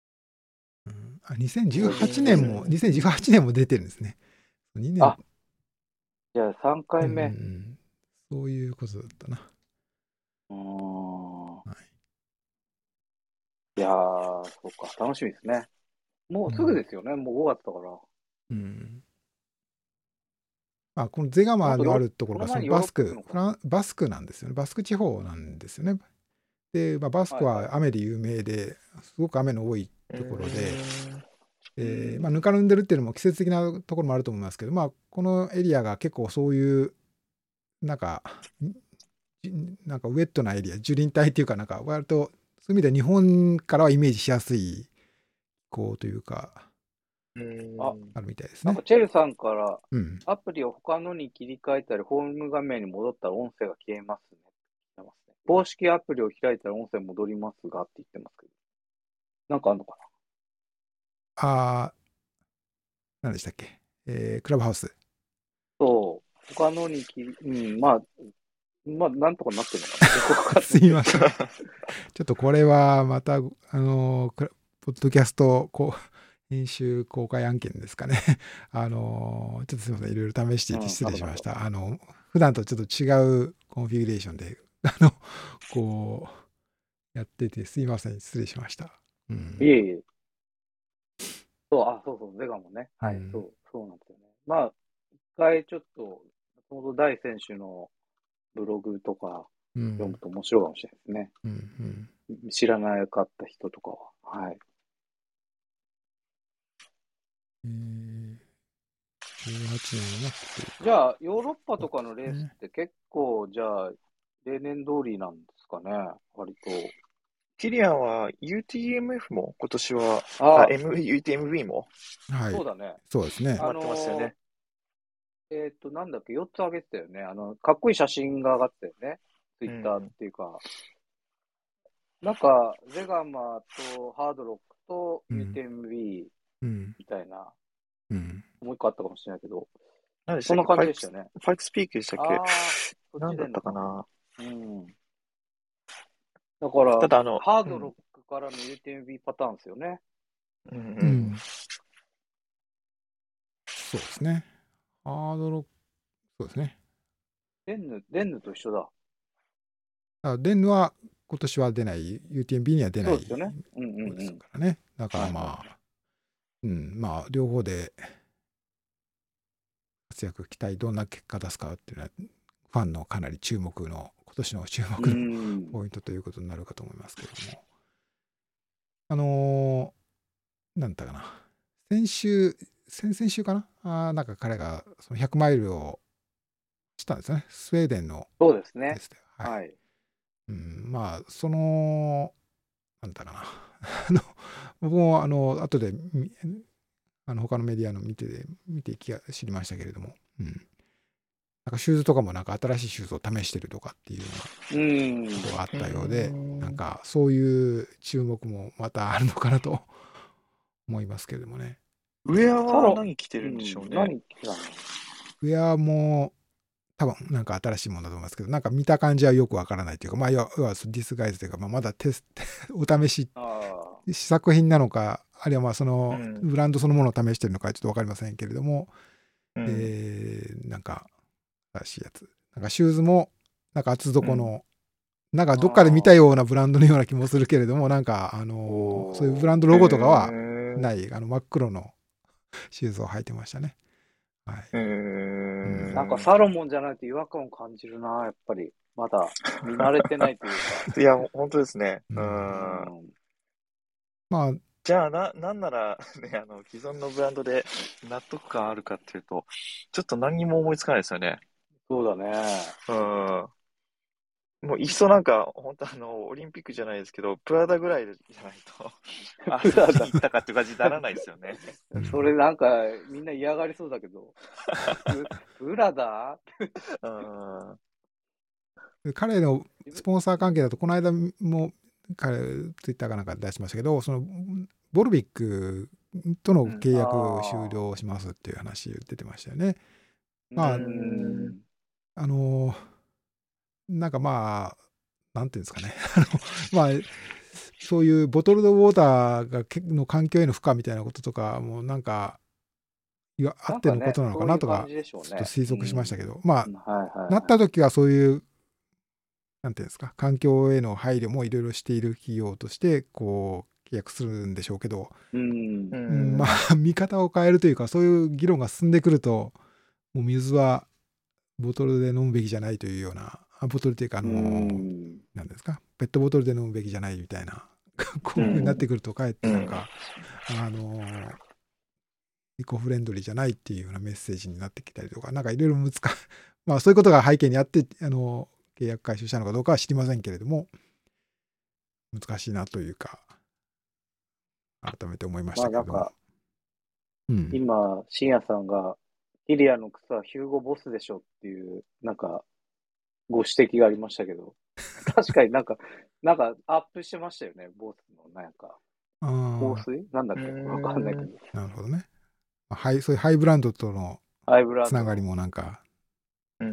S1: 2018年も出てるんですね。2年。
S2: じゃあ3回目。
S1: そういうことだったな。
S2: いやー、そうか、楽しみですね。もうすぐですよね、もう5月だから。
S1: このゼガマのあるところがそのバスクなんですよね。バスク地方なんですよね。で、バスクは雨で有名で、すごく雨の多いところで、ぬかるんでるっていうのも季節的なところもあると思いますけど、このエリアが結構そういうなんかウェットなエリア、樹林帯っていうか、なんか割とそういう意味では日本からはイメージしやすい気候というか、あるみたいですね。
S2: なんかチェルさんから、アプリを他のに切り替えたり、ホーム画面に戻ったら音声が消えますね。公式アプリを開いたら音声戻りますがって言ってますけど。なんかあるのか
S1: な。何でしたっけ？クラブハウス。
S2: そう。他のになんとかなってるのかな。
S1: すいません。ちょっとこれはまた、ポッドキャスト編集公開案件ですかね。ちょっとすみません。いろいろ試していて失礼しました。普段とちょっと違うコンフィギュレーションで、やっててすいません。失礼しました。
S2: いえいえ。そう、ゼガもね。はい、そうなんですよね。一回ちょっと、大選手のブログとか読むと面白いかもしれないですね。知らなかった人とかは。はい。じゃあ、ヨーロッパとかのレースって結構、じゃあ、例年通りなんですかね、割と。
S3: キリアンは UTMF も今年は、UTMB も。
S2: そうだね。
S1: そうですね。
S3: 待ってますよね。
S2: なんだっけ、4つ上げてたよね。かっこいい写真が上がってたよね。ツイッターっていうか。なんか、ゼガマとハードロックと UTMB みたいな。もう一個あったかもしれないけど。そんな感じでしたよね。
S3: ファイクスピークでしたっけ？何だったかな。
S2: だから、ただハードロックからの UTMB パターンですよね。
S1: そうですね。ハードロック、そうですね。
S2: デンヌと一緒だ。
S1: デンヌは今年は出ない、UTMB には出ない。
S2: そうですよね。
S1: ですからね。だから両方で活躍期待、どんな結果出すかっていうのは、ファンのかなり今年の注目のポイントということになるかと思いますけれども。なんだったかな。先々週かな。なんか彼がその100マイルをしたんですね。スウェーデンの
S2: そうですね。
S1: はい。なんだかな。僕も後で他のメディアの見て知りましたけれども、なんかシューズとかもなんか新しいシューズを試してるとかっていうようなことがあったようで、なんかそういう注目もまたあるのかなと思いますけれどもね。
S3: ウェアは何着てるんでしょうね。
S2: 何着てたの？
S1: ウェアも多分なんか新しいものだと思いますけど、なんか見た感じはよくわからないというか、要はディスガイズというか、まだお試し試作品なのか、あるいはそのブランドそのものを試してるのかちょっとわかりませんけれども、なんか新しいやつ、なんかシューズもなんか厚底の、なんかどっかで見たようなブランドのような気もするけれども、なんかそういうブランドロゴとかはない、真っ黒のシューズを履いてましたね。はい。
S2: なんかサロモンじゃないと違和感を感じるな、やっぱり。まだ見慣れてないというか。
S3: いや、本当ですね。じゃあなんなら、ね、既存のブランドで納得感あるかっていうと、ちょっと何にも思いつかないですよね。
S2: そうだね。
S3: もういっそなんか、本当オリンピックじゃないですけど、プラダぐらいじゃないと、あ、そこに行ったかって感じにならないですよね。
S2: それなんか、みんな嫌がりそうだけど、プラダ
S1: 彼のスポンサー関係だと、この間も彼、ツイッターかなんか出しましたけど、そのボルビックとの契約終了しますっていう話出てましたよね。まあ、なんかまあ、なんていうんですかね。まあ、そういうボトルドウォーターの環境への負荷みたいなこととかもなんかあってのことなのかなとか、ちょっと推測しましたけど、まあ、なった時はそういう、なんていうんですか、環境への配慮もいろいろしている企業として、こう、契約するんでしょうけど、まあ、見方を変えるというか、そういう議論が進んでくると、もう水はボトルで飲むべきじゃないというような、ボトルというか、なんですか、ペットボトルで飲むべきじゃないみたいな、こういうふうになってくると、かえってなんか、エコフレンドリーじゃないっていうようなメッセージになってきたりとか、なんかいろいろまあそういうことが背景にあって、契約解消したのかどうかは知りませんけれども、難しいなというか、改めて思いましたけども。まあ
S2: なんか、今、深夜さんが、キリアの靴はヒューゴボスでしょっていう、なんか、ご指摘がありましたけど、確かになんかアップしてましたよね、ボスのなんか。香水なんだっけわかんないけど。
S1: なるほどね。そういうハイブランドとのつながりもなんか。
S2: も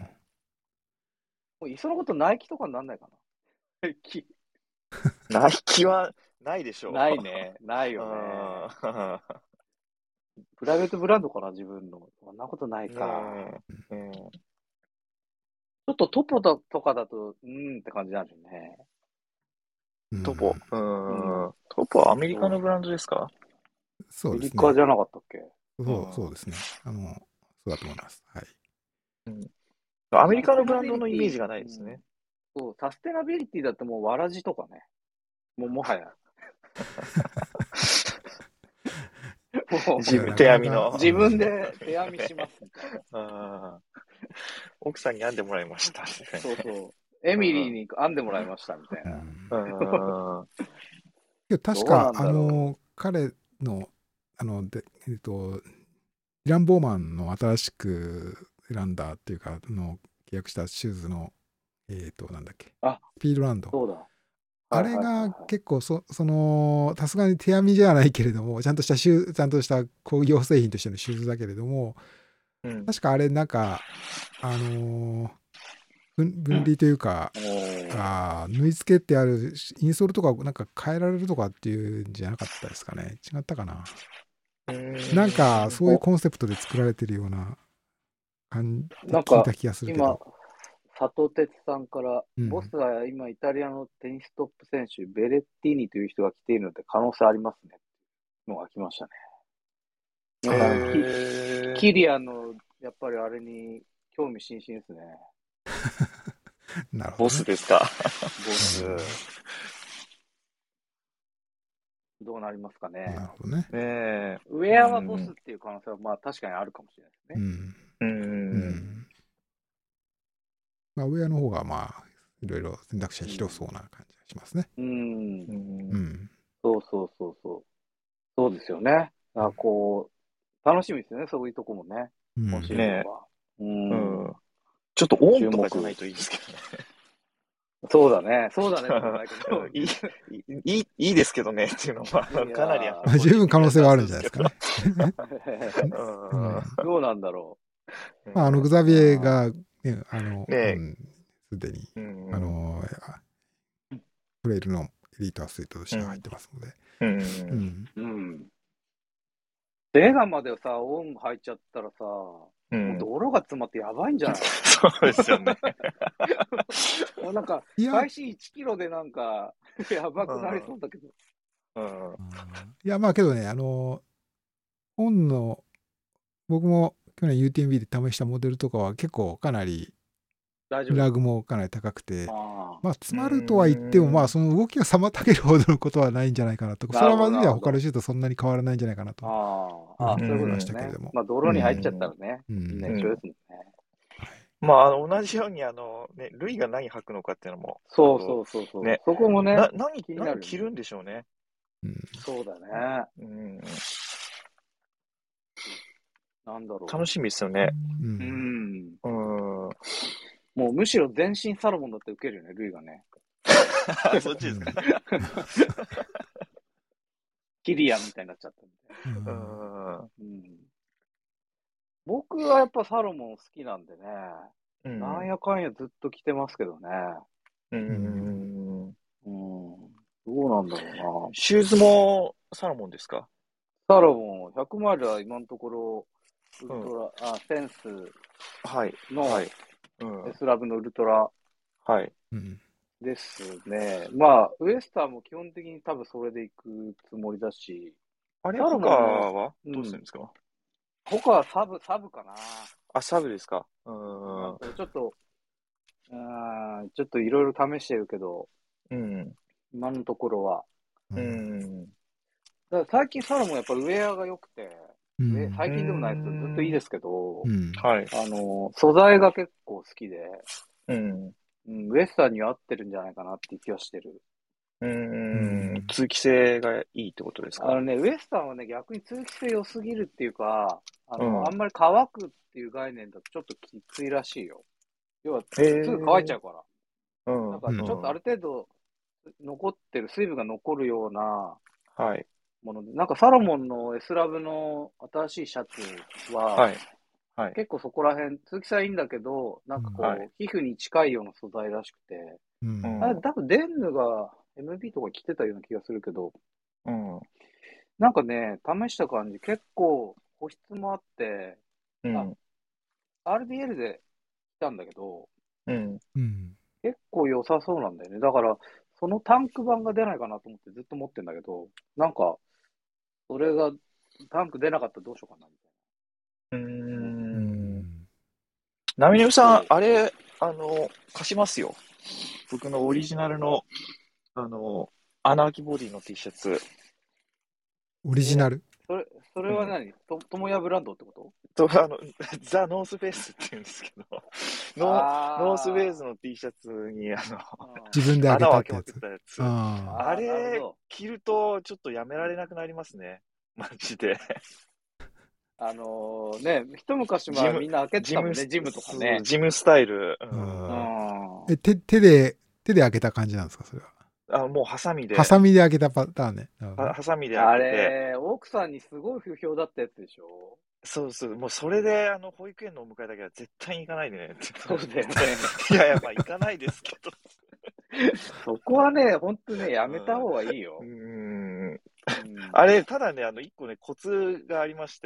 S2: ういっそのことナイキとかになんないかな。
S3: ナイキはないでしょう。
S2: ないね。ないよね。プライベートブランドかな、自分の。そんなことないか。ちょっとトポとかだと、って感じなんですよね。
S3: トポ。トポはアメリカのブランドですか？
S1: そうですね。
S2: アメリカじゃなかったっけ？
S1: そうですね。そうだと思います。はい。
S3: アメリカのブランドのイメージがないですね。
S2: そう、サステナビリティだってもうわらじとかね。もはや。
S3: 自分手編みの。
S2: 自分で手編みしますみたい
S3: な。奥さんに編んでもらいました。
S2: そうそう。エミリーに編んでもらいましたみたいな。
S1: 確か、彼の、イラン・ボーマンの新しく選んだっていうか、契約したシューズの、なんだっけ、スピードランド。
S2: そうだ。
S1: あれが結構さすがに手編みじゃないけれども、ちゃんとした工業製品としてのシューズだけれども、確かあれなんか、分離というか、縫い付けてあるインソールとかなんか変えられるとかっていうんじゃなかったですかね。違ったかな。なんかそういうコンセプトで作られてるような感じ聞いた気がするけど。
S2: 佐藤哲さんから、ボスは今イタリアのテニストップ選手、ベレッティーニという人が来ているので可能性ありますね。のが来ましたね。キリアの、やっぱりあれに興味津々ですね。
S1: なるほど、ね。
S3: ボスですか。
S2: ボス。どうなりますかね。
S1: なるほどね。
S2: ウェアはボスっていう可能性はまあ確かにあるかもしれないですね。
S1: まあ、ウェアの方がまあいろいろ選択肢が広そうな感じがしますね。
S2: そうですよね。こう楽しみですよね、そういうとこもね。
S3: ちょっとオンとかじゃないといいですけどね。
S2: そうだね。
S3: いいですけどねっていうのはかなり
S1: 十分可能性はあるんじゃないですかね。
S2: どうなんだろ
S1: う。グザビエがすでにトレイルのエリートアスリートとして入ってますので。
S2: ベガまでさ、オン入っちゃったらさ、もう泥が詰まってやばいんじゃない？
S3: そうですよね。
S2: もうなんか、開始1キロでなんか、やばくなりそうだけど。
S1: いや、まあけどね、オンの、僕も去年 UTMB で試したモデルとかは結構かなり、ラグもかなり高くて、まあ詰まるとは言っても、まあその動きが妨げるほどのことはないんじゃないかなと。それはまずは他のシュートそんなに変わらないんじゃないかなと。
S2: そういうことでしたけれども。まあ泥に入っちゃったらね、みんな一緒ですもんね。
S3: 同じように、ルイが何履くのかっていうのも、
S2: そうそうそうそう。
S3: ね、
S2: そこもね、
S3: 何
S2: 気になるよね
S3: 着るんでしょうね。
S2: そうだね。
S3: うん、
S2: なんだろ
S3: 楽しみですよね。
S2: う。うん。
S3: うん。
S2: もうむしろ全身サロモンだって受けるよね、ルイがね。
S3: そっちですか。
S2: キリアンみたいになっちゃったみたいな。僕はやっぱサロモン好きなんでね。なんやかんやずっと着てますけどね。どうなんだろうな。
S3: シューズもサロモンですか？
S2: サロモン、100マイルは今のところ、ウルトラ、センスの、S ラブのウルトラですね。ウエスタンも基本的に多分それで行くつもりだし、
S3: サロモンはどうするんですか？
S2: 他はサブかな。
S3: サブですか。
S2: ちょっといろいろ試してるけど、今のところは。だから最近サロモンやっぱウェアが良くて、最近でもないですけど、ずっといいですけど、素材が結構好きで、ウエスタンには合ってるんじゃないかなっていう気はしてる。
S3: 通気性がいいってことですか？
S2: ウエスタンはね、逆に通気性良すぎるっていうか、あんまり乾くっていう概念だとちょっときついらしいよ。要は、すぐ乾いちゃうから。なんかちょっとある程度残ってる、水分が残るようなもので、なんかサロモンの S ラブの新しいシャツは、結構そこら辺、通気性はいいんだけど、なんかこう、皮膚に近いような素材らしくて、多分デンヌが MB とか着てたような気がするけど、なんかね、試した感じ、結構保湿もあって、RDL で来たんだけど、結構良さそうなんだよね。だから、そのタンク版が出ないかなと思ってずっと持ってんだけど、なんか、それがタンク出なかったらどうしようかなみたいな。
S3: ナミネムさん、あれ、貸しますよ。僕のオリジナルの、穴開きボディの T シャツ。
S1: オリジナル？
S2: それは何？トモヤブランドってこ
S3: と、
S2: と？
S3: ザ・ノースフェイスって言うんですけど、ノースフェイスの T シャツに、
S1: 自分で開けたってやつ。
S3: あれ、着ると、ちょっとやめられなくなりますね。マジで。
S2: 一昔前みんな開けてたもんね、ジムとかね。
S3: ジムスタイル。
S1: 手で開けた感じなんですか、それは。
S3: もうハサミで。
S1: ハサミで開けたパターンね。
S3: ハサミで開けて。
S2: あれ、奥さんにすごい不評だったやつでしょ？
S3: そうそう。もうそれで、保育園のお迎えだけは絶対に行かないでねって。
S2: そうだよね。
S3: いや、行かないですけど。
S2: そこはね、ほんとね、やめた方がいいよ。
S3: あれ、ただね、一個ね、コツがありまして、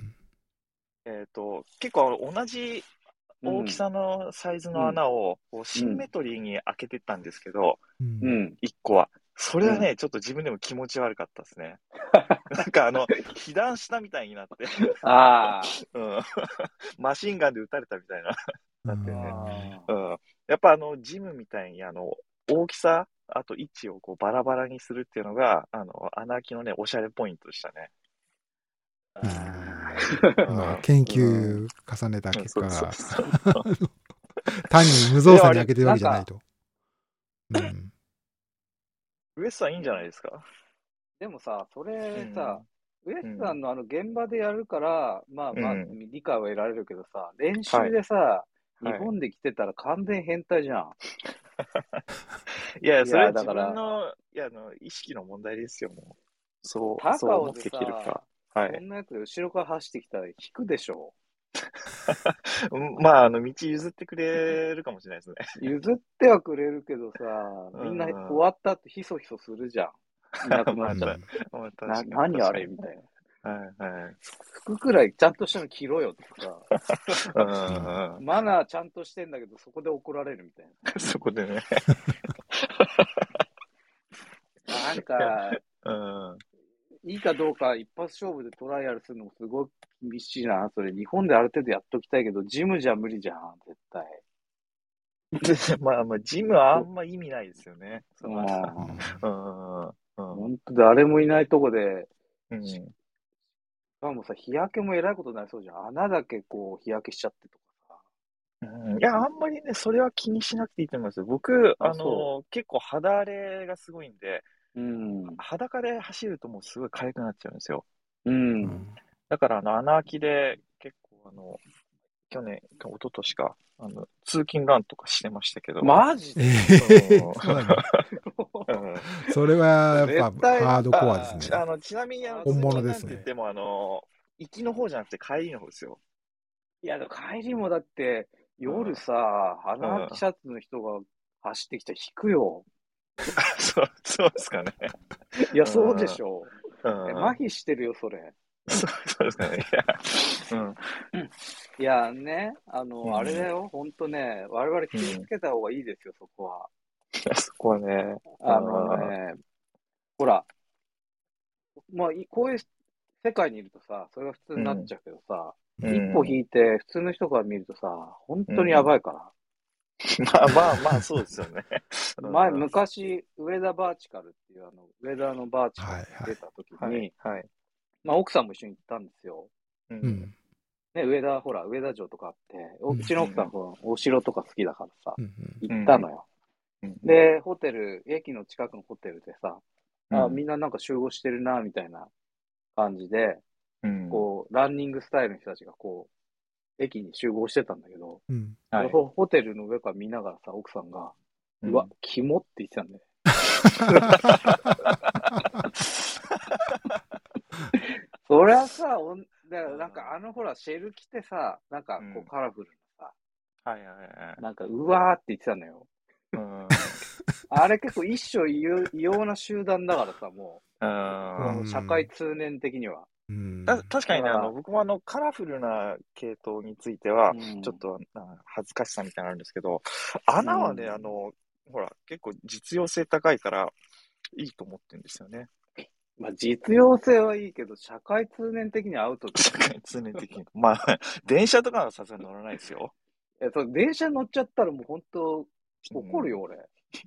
S3: 結構同じ大きさのサイズの穴をシンメトリーに開けてったんですけど、一個は。それはね、ちょっと自分でも気持ち悪かったですね。なんか被弾したみたいになって。マシンガンで撃たれたみたいな。なってね。やっぱジムみたいに大きさ、あと位置をこうバラバラにするっていうのが、穴開きのね、おしゃれポイントでしたね。
S1: 研究重ねた結果が、単に無造作に開けてるわけじゃないと。
S3: ウエスさんいいんじゃないですか？
S2: でもさ、それさ、ウエスさんの現場でやるから、理解は得られるけどさ、練習でさ、日本で来てたら完全変態じゃん。
S3: いや、それは自分の、意識の問題ですよ、もう。そう思ってきるか。
S2: そんなやつ後ろから走ってきたら引くでしょ。
S3: 道譲ってくれるかもしれないですね。
S2: 譲ってはくれるけどさ、みんな終わった後ひそひそするじゃん。いなくなっちゃって。何あれみたいな。服くらいちゃんとしたの着ろよとかさ。マナーちゃんとしてんだけど、そこで怒られるみたいな。
S3: そこでね。
S2: なんか、いいかどうか一発勝負でトライアルするのもすごい厳しいな。それ日本である程度やっときたいけど、ジムじゃ無理じゃん、絶対。
S3: ジムはあんま意味ないですよね。
S2: 本当誰もいないとこで、しかもさ、日焼けもえらいことになりそうじゃん。穴だけこう日焼けしちゃってとかさ。
S3: いや、あんまりね、それは気にしなくていいと思いますよ。僕、結構肌荒れがすごいんで、裸で走るともうすごい痒くなっちゃうんですよ。だから、穴開きで結構、去年、一昨年か、通勤ランとかしてましたけど。
S2: マジで
S1: そうなのそれはやっぱハードコアですね。
S3: ちなみに、
S1: 本物
S3: 通勤ランっ
S1: ですね。
S3: て言っても、行きの方じゃなくて帰りの方ですよ。
S2: いや、帰りもだって、夜さ、花秋シャツの人が走ってきたら引くよ。
S3: そうですかね。
S2: いや、そうでしょう。麻痺してるよ、それ。
S3: そうですかね。
S2: いや、ね、あれだよ、ほんとね、我々気をつけた方がいいですよ、そこは。
S3: そこはね。
S2: ほら、まあ、こういう世界にいるとさ、それが普通になっちゃうけどさ、一歩引いて、普通の人から見るとさ、本当にやばいから。
S3: まあ、そうですよね。
S2: 昔、上田バーチカルっていう、上田のバーチカルに出た時に、まあ、奥さんも一緒に行ったんですよ。ね、上田城とかあって、うちの奥さん、お城とか好きだからさ、行ったのよ。で、駅の近くのホテルでさ、みんななんか集合してるな、みたいな感じで、こう、ランニングスタイルの人たちがこう、駅に集合してたんだけど、ホテルの上から見ながらさ、奥さんが、うわ、キモって言ってたんだよ。そりゃさ、なんかほら、シェル着てさ、なんかこうカラフルなさ、なんかうわーって言ってたのよ。あれ結構一生異様な集団だからさ、もう、社会通念的には。
S3: 確かにね、僕もカラフルな系統については、ちょっと恥ずかしさみたいなのあるんですけど、穴はね、ほら、結構実用性高いから、いいと思ってるんですよね。
S2: まあ、実用性はいいけど、社会通念的にアウト
S3: 社会通念的に。まあ、電車とかはさすがに乗らないですよ。
S2: 電車乗っちゃったらもう本当、怒るよ、俺。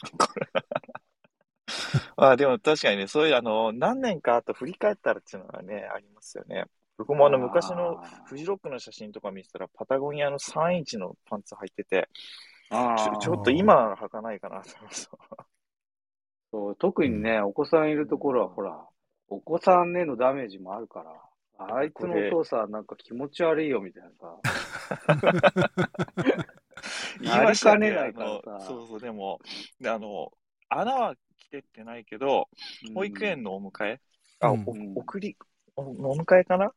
S3: でも確かにね、そういう何年か後振り返ったらっていうのはね、ありますよね。僕も昔のフジロックの写真とか見てたら、パタゴニアの3インチのパンツ履いてて、ちょっと今は履かないかなと思います。
S2: そう、特にね、お子さんいるところは、ほら、お子さんへのダメージもあるから、あいつのお父さんなんか気持ち悪いよみたいなさ。
S3: 言いましたね。そう、でも、穴は来てってないけど、保育園のお迎え、お迎えかな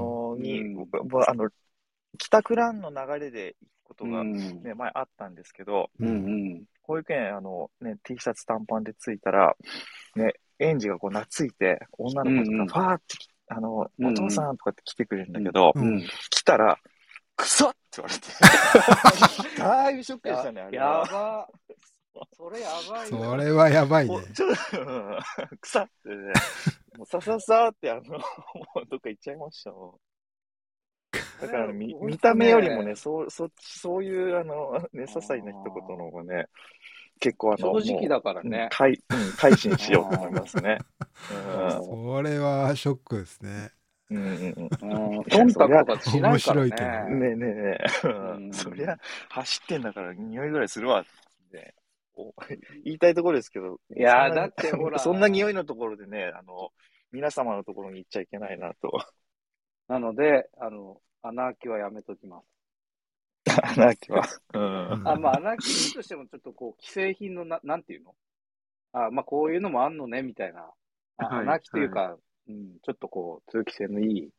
S3: 帰宅ランの流れで行くことが、ね、前あったんですけど、保育園、T シャツ短パンで着いたら、ね、園児がこう懐いて、女の子とか、ファーって、お父さんとかって来てくれるんだけど、来たら、くそって言われて。だいぶショックでしたね、あれは。
S2: やば。それやばいよ。
S1: それはやばいね。
S3: くさってね、もうさってもうどっか行っちゃいましたもん。だから、見た目よりもね、そういう些細な一言の方がね、結構
S2: 正直だからね。
S3: 改心しようと思いますね。
S1: それはショックですね。
S2: 忖度とかしないからね。面白いけど
S3: ね。そりゃ、走ってんだから匂いぐらいするわって言いたいところですけど。
S2: いや、だってほら。
S3: そんな匂いのところでね、皆様のところに行っちゃいけないなと。
S2: なので、穴開きはやめときます。
S3: 穴開きは。
S2: まあ、穴開きとしてもちょっとこう、既製品のなんていうのまあ、こういうのもあんのね、みたいな。穴開きというか、ちょっとこう、通気性のいい。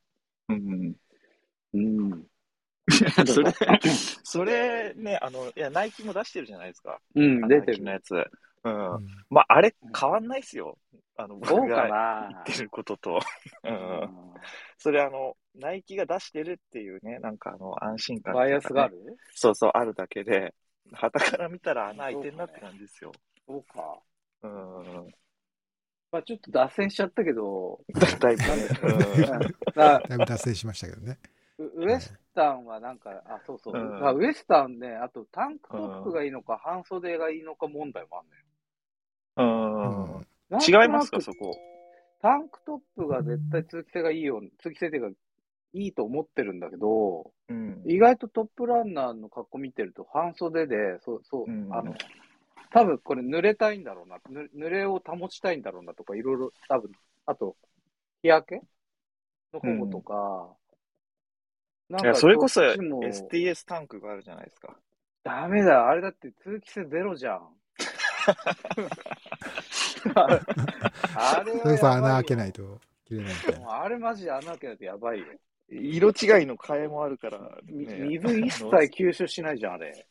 S3: それね、いや、ナイキも出してるじゃないですか。
S2: 出てる
S3: のやつ。まあ、あれ、変わんないっすよ。僕が言ってることと。それ、ナイキが出してるっていうね、なんか安心感。
S2: バイアスがある？
S3: そう、あるだけで、旗から見たら穴開いてんなって感じですよ。
S2: そうか。まあ、ちょっと脱線しちゃったけど、
S1: だいぶ脱線しましたけどね。
S2: ウエスタンはなんか、そうそう。ウエスタンね、あとタンクトップがいいのか、半袖がいいのか問題もあるのよ。
S3: 違いますか、そこ。
S2: タンクトップが絶対通気性がいいように、通気性っていうか、 いいと思ってるんだけど、意外とトップランナーの格好見てると半袖で、多分これ濡れたいんだろうな、濡れを保ちたいんだろうなとか、いろいろ多分、あと、日焼けの保護とか、
S3: いや、それこそ STS タンクがあるじゃないですか。
S2: ダメだ、あれだって通気性ゼロじゃん。あれは
S1: それこそ穴開けないと切れないみたいな。
S2: あれマジで穴開けないとやばいよ。
S3: 色違いの替えもあるから、
S2: 水一切吸収しないじゃん、あれ。ね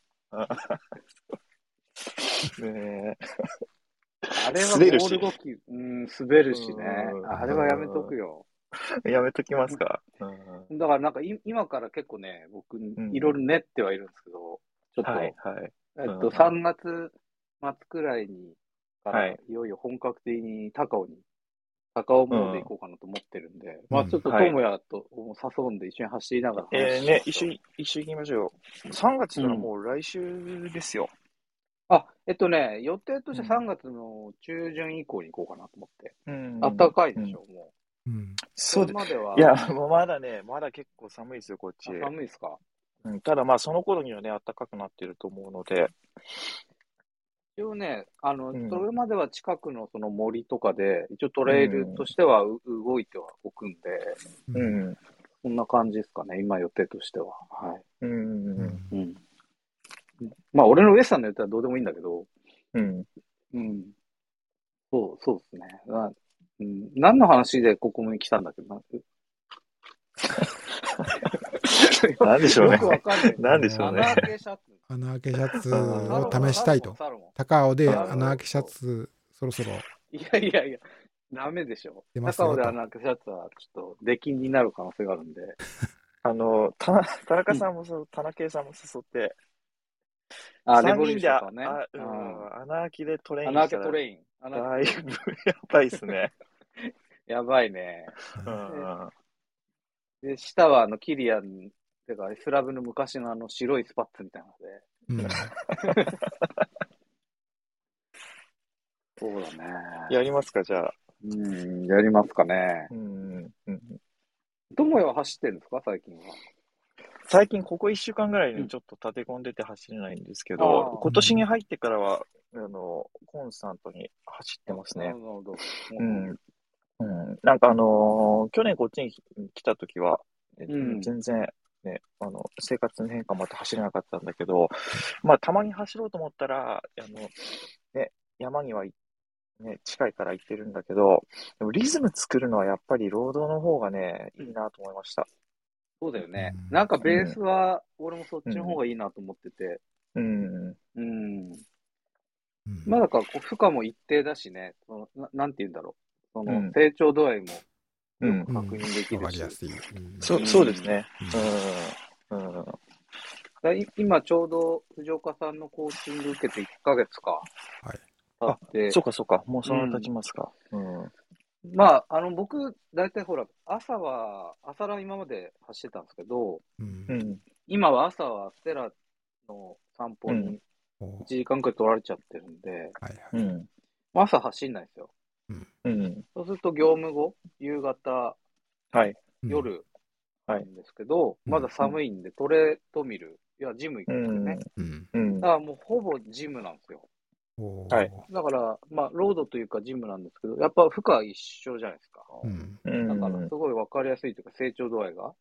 S2: あれはボール動き、滑るしね。あれはやめとくよ。
S3: やめときますか。
S2: だからなんか今から結構ね、僕いろいろ練ってはいるんですけど、ちょっと、3月末くらいにからいよいよ本格的に高尾モード行こうかなと思ってるんで、まあちょっと友也と誘うんで一緒に走りながら
S3: ね、一緒に行きましょう。3月ならもう来週ですよ。
S2: 予定として3月の中旬以降に行こうかなと思って。暖かいでしょ、もう。
S3: そうです。いや、もうまだ結構寒いですよ、こっち。
S2: 寒いですか。
S3: ただまあその頃にはね、暖かくなってると思うので。
S2: 一応ね、それまでは近くのその森とかで、一応トレイルとしては動いてはおくんで、そんな感じですかね、今予定としては。はい。まあ、俺のウエスさんの予定はどうでもいいんだけど、そうですね。何の話でここに来たんだっけど、
S3: なんでしょうね。なんでしょうね。
S2: 穴開けシャツ。
S1: 穴開けシャツを試したいと。高尾で穴開けシャツ、そろそろ。
S2: いや、ダメでしょ。高尾で穴開けシャツはちょっと出禁になる可能性があるんで。
S3: 田中さんも田中さんも誘って。
S2: レボリューションとかね。
S3: 穴開きでトレイン
S2: したら。穴開けトレイン。
S3: だいぶやばいっすね。
S2: やばいね。で、下はキリアン、てか、スラブの昔の白いスパッツみたいなので。そうだね。
S3: やりますか、じゃあ。
S2: やりますかね。友也は走ってるんですか、最近は。
S3: 最近、ここ1週間ぐらいにちょっと立て込んでて走れないんですけど、今年に入ってからは、コンスタントに走ってますね。なるほど。なんか去年こっちに来た時は、全然、ね、生活の変化もあって走れなかったんだけど、まあ、たまに走ろうと思ったら、山には近いから行ってるんだけど、でもリズム作るのはやっぱりロードの方がね、いいなと思いました。
S2: そうだよね。なんかベースは、俺もそっちの方がいいなと思ってて。まあだから負荷も一定だしね、なんて言うんだろう。その成長度合いもよく確認できるし。
S3: そうですね。
S2: 今ちょうど藤岡さんのコーチング受けて1ヶ月か。
S3: そうか。もうそんな経ちますか。
S2: まあ、僕、大体ほら、朝ラン今まで走ってたんですけど、今は朝はステラの散歩に1時間くらい取られちゃってるんで、朝走んないですよ。そうすると業務後、夕方、夜なんですけど、まだ寒いんでトレードミル、ジム行くんですよね。だからもうほぼジムなんですよ。だから、まあ、ロードというかジムなんですけど、やっぱ負荷は一緒じゃないですか。だから、すごい分かりやすいというか、成長度合いが。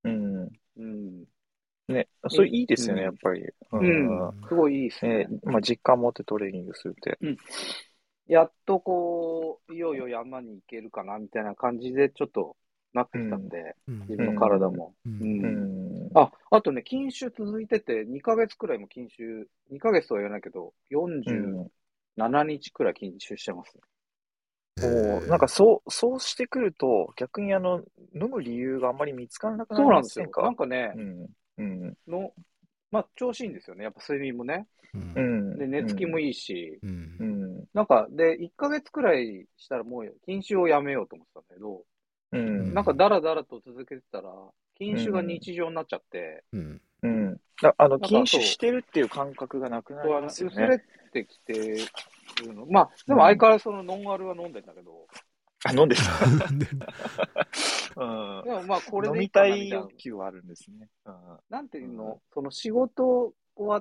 S3: ね、それいいですよね、やっぱり。
S2: すごいいいですね。
S3: まあ、実感持ってトレーニングするって。
S2: やっとこう、いよいよ山に行けるかな、みたいな感じで、ちょっとなってきたんで、自分の体も。あとね、禁酒続いてて、2ヶ月くらいも禁酒、2ヶ月とは言わないけど、47日くらい禁酒してますね。
S3: なんかそうしてくると、逆に飲む理由があんまり見つからなくなりませんか？
S2: そうなんですよ。なんかね、まあ、調子いいんですよね。やっぱ睡眠もね。で、寝つきもいいし。なんか、で、1ヶ月くらいしたらもう禁酒をやめようと思ってたんだけど、なんかだらだらと続けてたら、禁酒が日常になっちゃって、
S3: 禁酒してるっていう感覚がなくなりますよね。
S2: 薄れてきてるの。まあ、でも相変わらずそのノンアルは飲んでんだけど、
S3: 飲んでた。
S2: でもまあこれで
S3: 飲みたい欲求はあるんですね。
S2: なんていうの、その仕事終わって、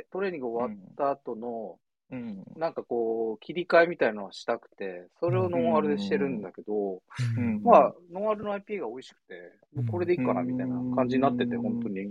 S2: トレーニング終わった後の、なんかこう、切り替えみたいなのはしたくて、それをノンアルでしてるんだけど、まあ、ノンアルの IPA が美味しくて、もうこれでいいかなみたいな感じになってて、本当に。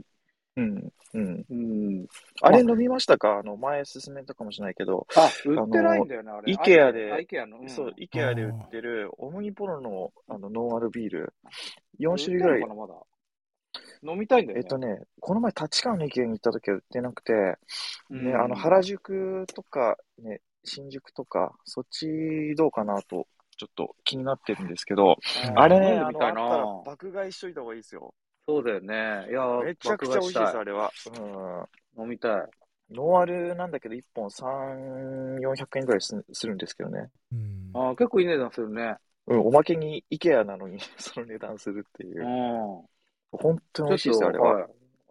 S3: あれ飲みましたか？前勧めたかもしれないけど。
S2: 売ってないんだよね、あれ。
S3: IKEA で、
S2: そう、
S3: IKEA で売ってるオムニポロのノンアルビール、4種類ぐらい。
S2: まだ飲みたいんだよね。
S3: この前立川のIKEAに行った時は売ってなくて、ね、原宿とか、ね、新宿とか、そっちどうかなと、ちょっと気になってるんですけど、あれね、あったら爆買いしといた方がいいですよ。
S2: そうだよね。いや、
S3: めちゃくちゃ美味しいです、あれは。
S2: 飲みたい。
S3: ノンアルなんだけど、1本3、400円ぐらいするんですけどね。
S2: 結構いい値段するね。
S3: おまけに IKEA なのに、その値段するっていう。本当に美味しいですよ、あれは。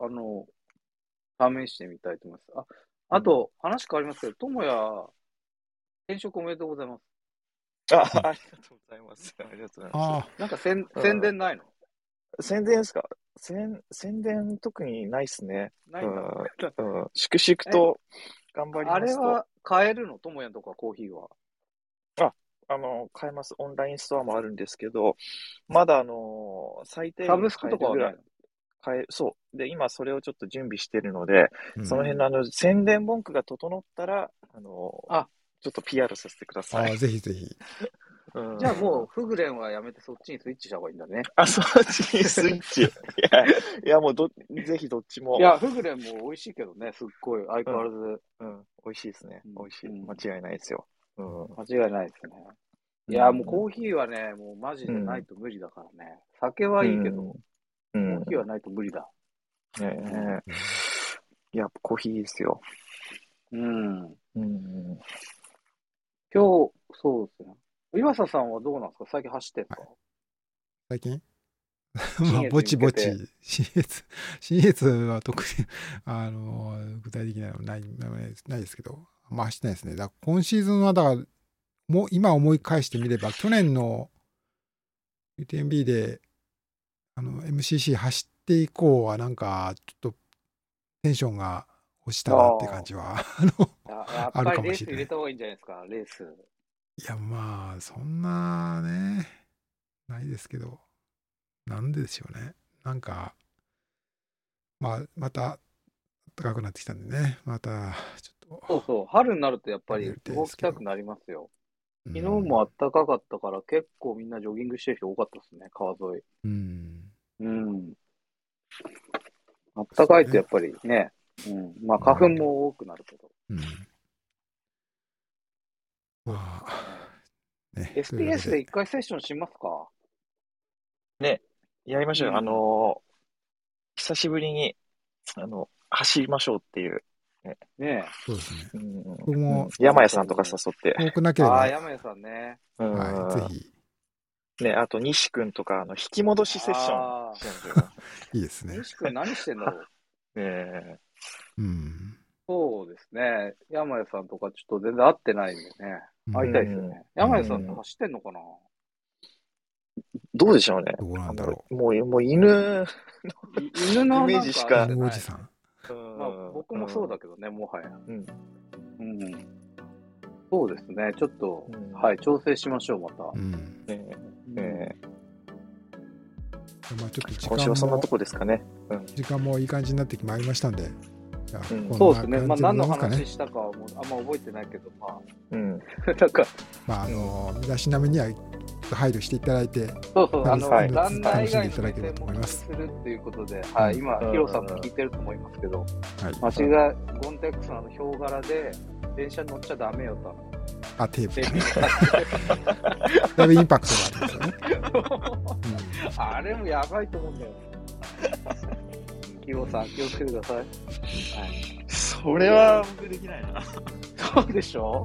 S2: 試してみたいと思います。あと、話変わりますけど、ともや、転職おめでとうございます。
S3: ありがとうございます。ありがとうございます。
S2: なんか宣伝ないの？
S3: 宣伝ですか？宣伝特にないっすね。
S2: ないんだ。
S3: 粛々と頑張りますと。
S2: あれは買えるの？ともやとかコーヒーは。
S3: 買えます。オンラインストアもあるんですけど、まだ最低限
S2: サブスクとかはないの？
S3: そう。で、今それをちょっと準備してるので、その辺の宣伝文句が整ったら、ちょっと PR させてください。
S1: ぜひぜひ。
S2: じゃあもう、フグレンはやめてそっちにスイッチした方がいいんだね。
S3: そっちにスイッチ。いや、もうぜひどっちも。
S2: いや、フグレンも美味しいけどね、すっごい、相変わらず。
S3: 美味しいですね。美味しい。間違いないですよ。
S2: 間違いないですね。いや、もうコーヒーはね、もうマジでないと無理だからね。酒はいいけど、コーヒーはないと無理だ。
S3: いや、コーヒーいいですよ。
S2: 今日、そうですね。岩佐さんはどうなんですか？最近走ってんすか？
S1: 最近ぼちぼち。新越は特に、具体的なのないですけど、走ってないですね。だから今シーズンは、だから、もう今思い返してみれば、去年の UTMB で、MCC 走って以降は、なんか、ちょっとテンションが落ちたなって感じは、あるかもしれない。
S2: やっぱりレース入れた方がいいんじゃないですか、レース。
S1: いや、まあ、そんなね、ないですけど、なんででしょうね。なんか、また暖かくなってきたんでね、またちょっと。
S2: そう、春になるとやっぱり動きたくなりますよ。昨日も暖かかったから、結構みんなジョギングしてる人多かったですね、川沿い。暖かいとやっぱりね、まあ花粉も多くなるけど。SPS で一回セッションしますか？
S3: ね、やりましょう。久しぶりに、走りましょうっていう。
S2: ね。
S1: そうですね。
S3: 僕も、山谷さんとか誘って。
S1: 多くなければ。
S2: 山谷さんね。
S1: ぜひ。
S3: ね、あと、西くんとか、引き戻しセッションしますよ。
S1: いいですね。
S2: 西くん何してんだろう。
S1: うん。
S2: そうですね。山谷さんとかちょっと全然会ってないんでね。会いたいですよね。山谷さんって走ってんのかな？
S3: どうでしょうね。
S1: どうなんだろう。
S3: もう犬のイメージしか。
S1: 犬おじさん。
S2: まあ僕もそうだけどね、もはや。そうですね。ちょっと、はい、調整しましょう、また。
S1: まあちょっと
S3: 今週はそんなとこですかね。
S1: 時間もいい感じになってまいりましたんで。
S2: そうですね。まあ何の話したかはもうあんま覚えてないけど、まあ。なんか。
S1: まあ身だしなみには配慮していただいて、
S2: そう、ランナー以外に
S1: いただければと思います。
S2: するっていうことで、はい、今、ヒロさんも聞いてると思いますけど、間違い、ゴンテックスのヒョウ柄で、電車に乗っちゃダメよと。
S1: テープ。だいぶインパクトがありますよね。
S2: あれもやばいと思うんだよ。ヒロさん、気をつけてください。
S3: それは僕できないな。
S2: そうでしょ？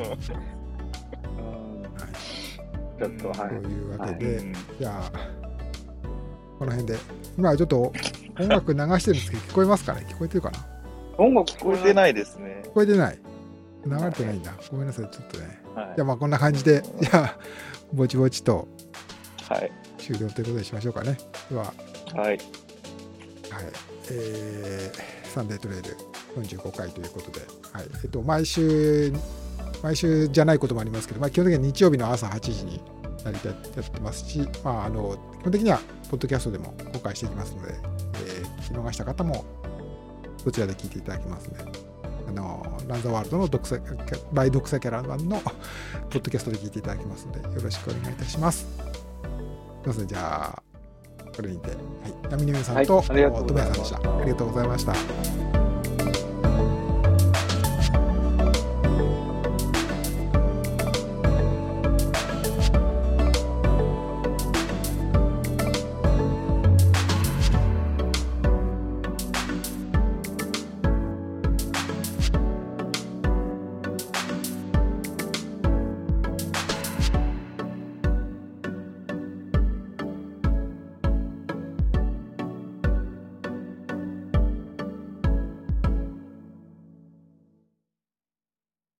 S2: ちょっと、はい。
S1: というわけで、じゃあ、この辺で、今ちょっと音楽流してるんですけど、聞こえますかね？聞こえてるかな？
S2: 音楽
S3: 聞こえてないですね。
S1: 聞こえてない？ 流れてないんだ。ごめんなさい、ちょっとね。じゃあまあこんな感じで、じゃあ、ぼちぼちと終了ということにしましょうかね。では、サンデートレイル45回ということで、毎週じゃないこともありますけど、基本的には日曜日の朝8時にやってますし、基本的にはポッドキャストでも公開していきますので、見逃した方もそちらで聞いていただけますので、ランザワールドのバイ読者キャラバンのポッドキャストで聞いていただけますので、よろしくお願いいたします。じゃあこれにて、ナミネミさんとトメヤさんでした。ありがとうございました。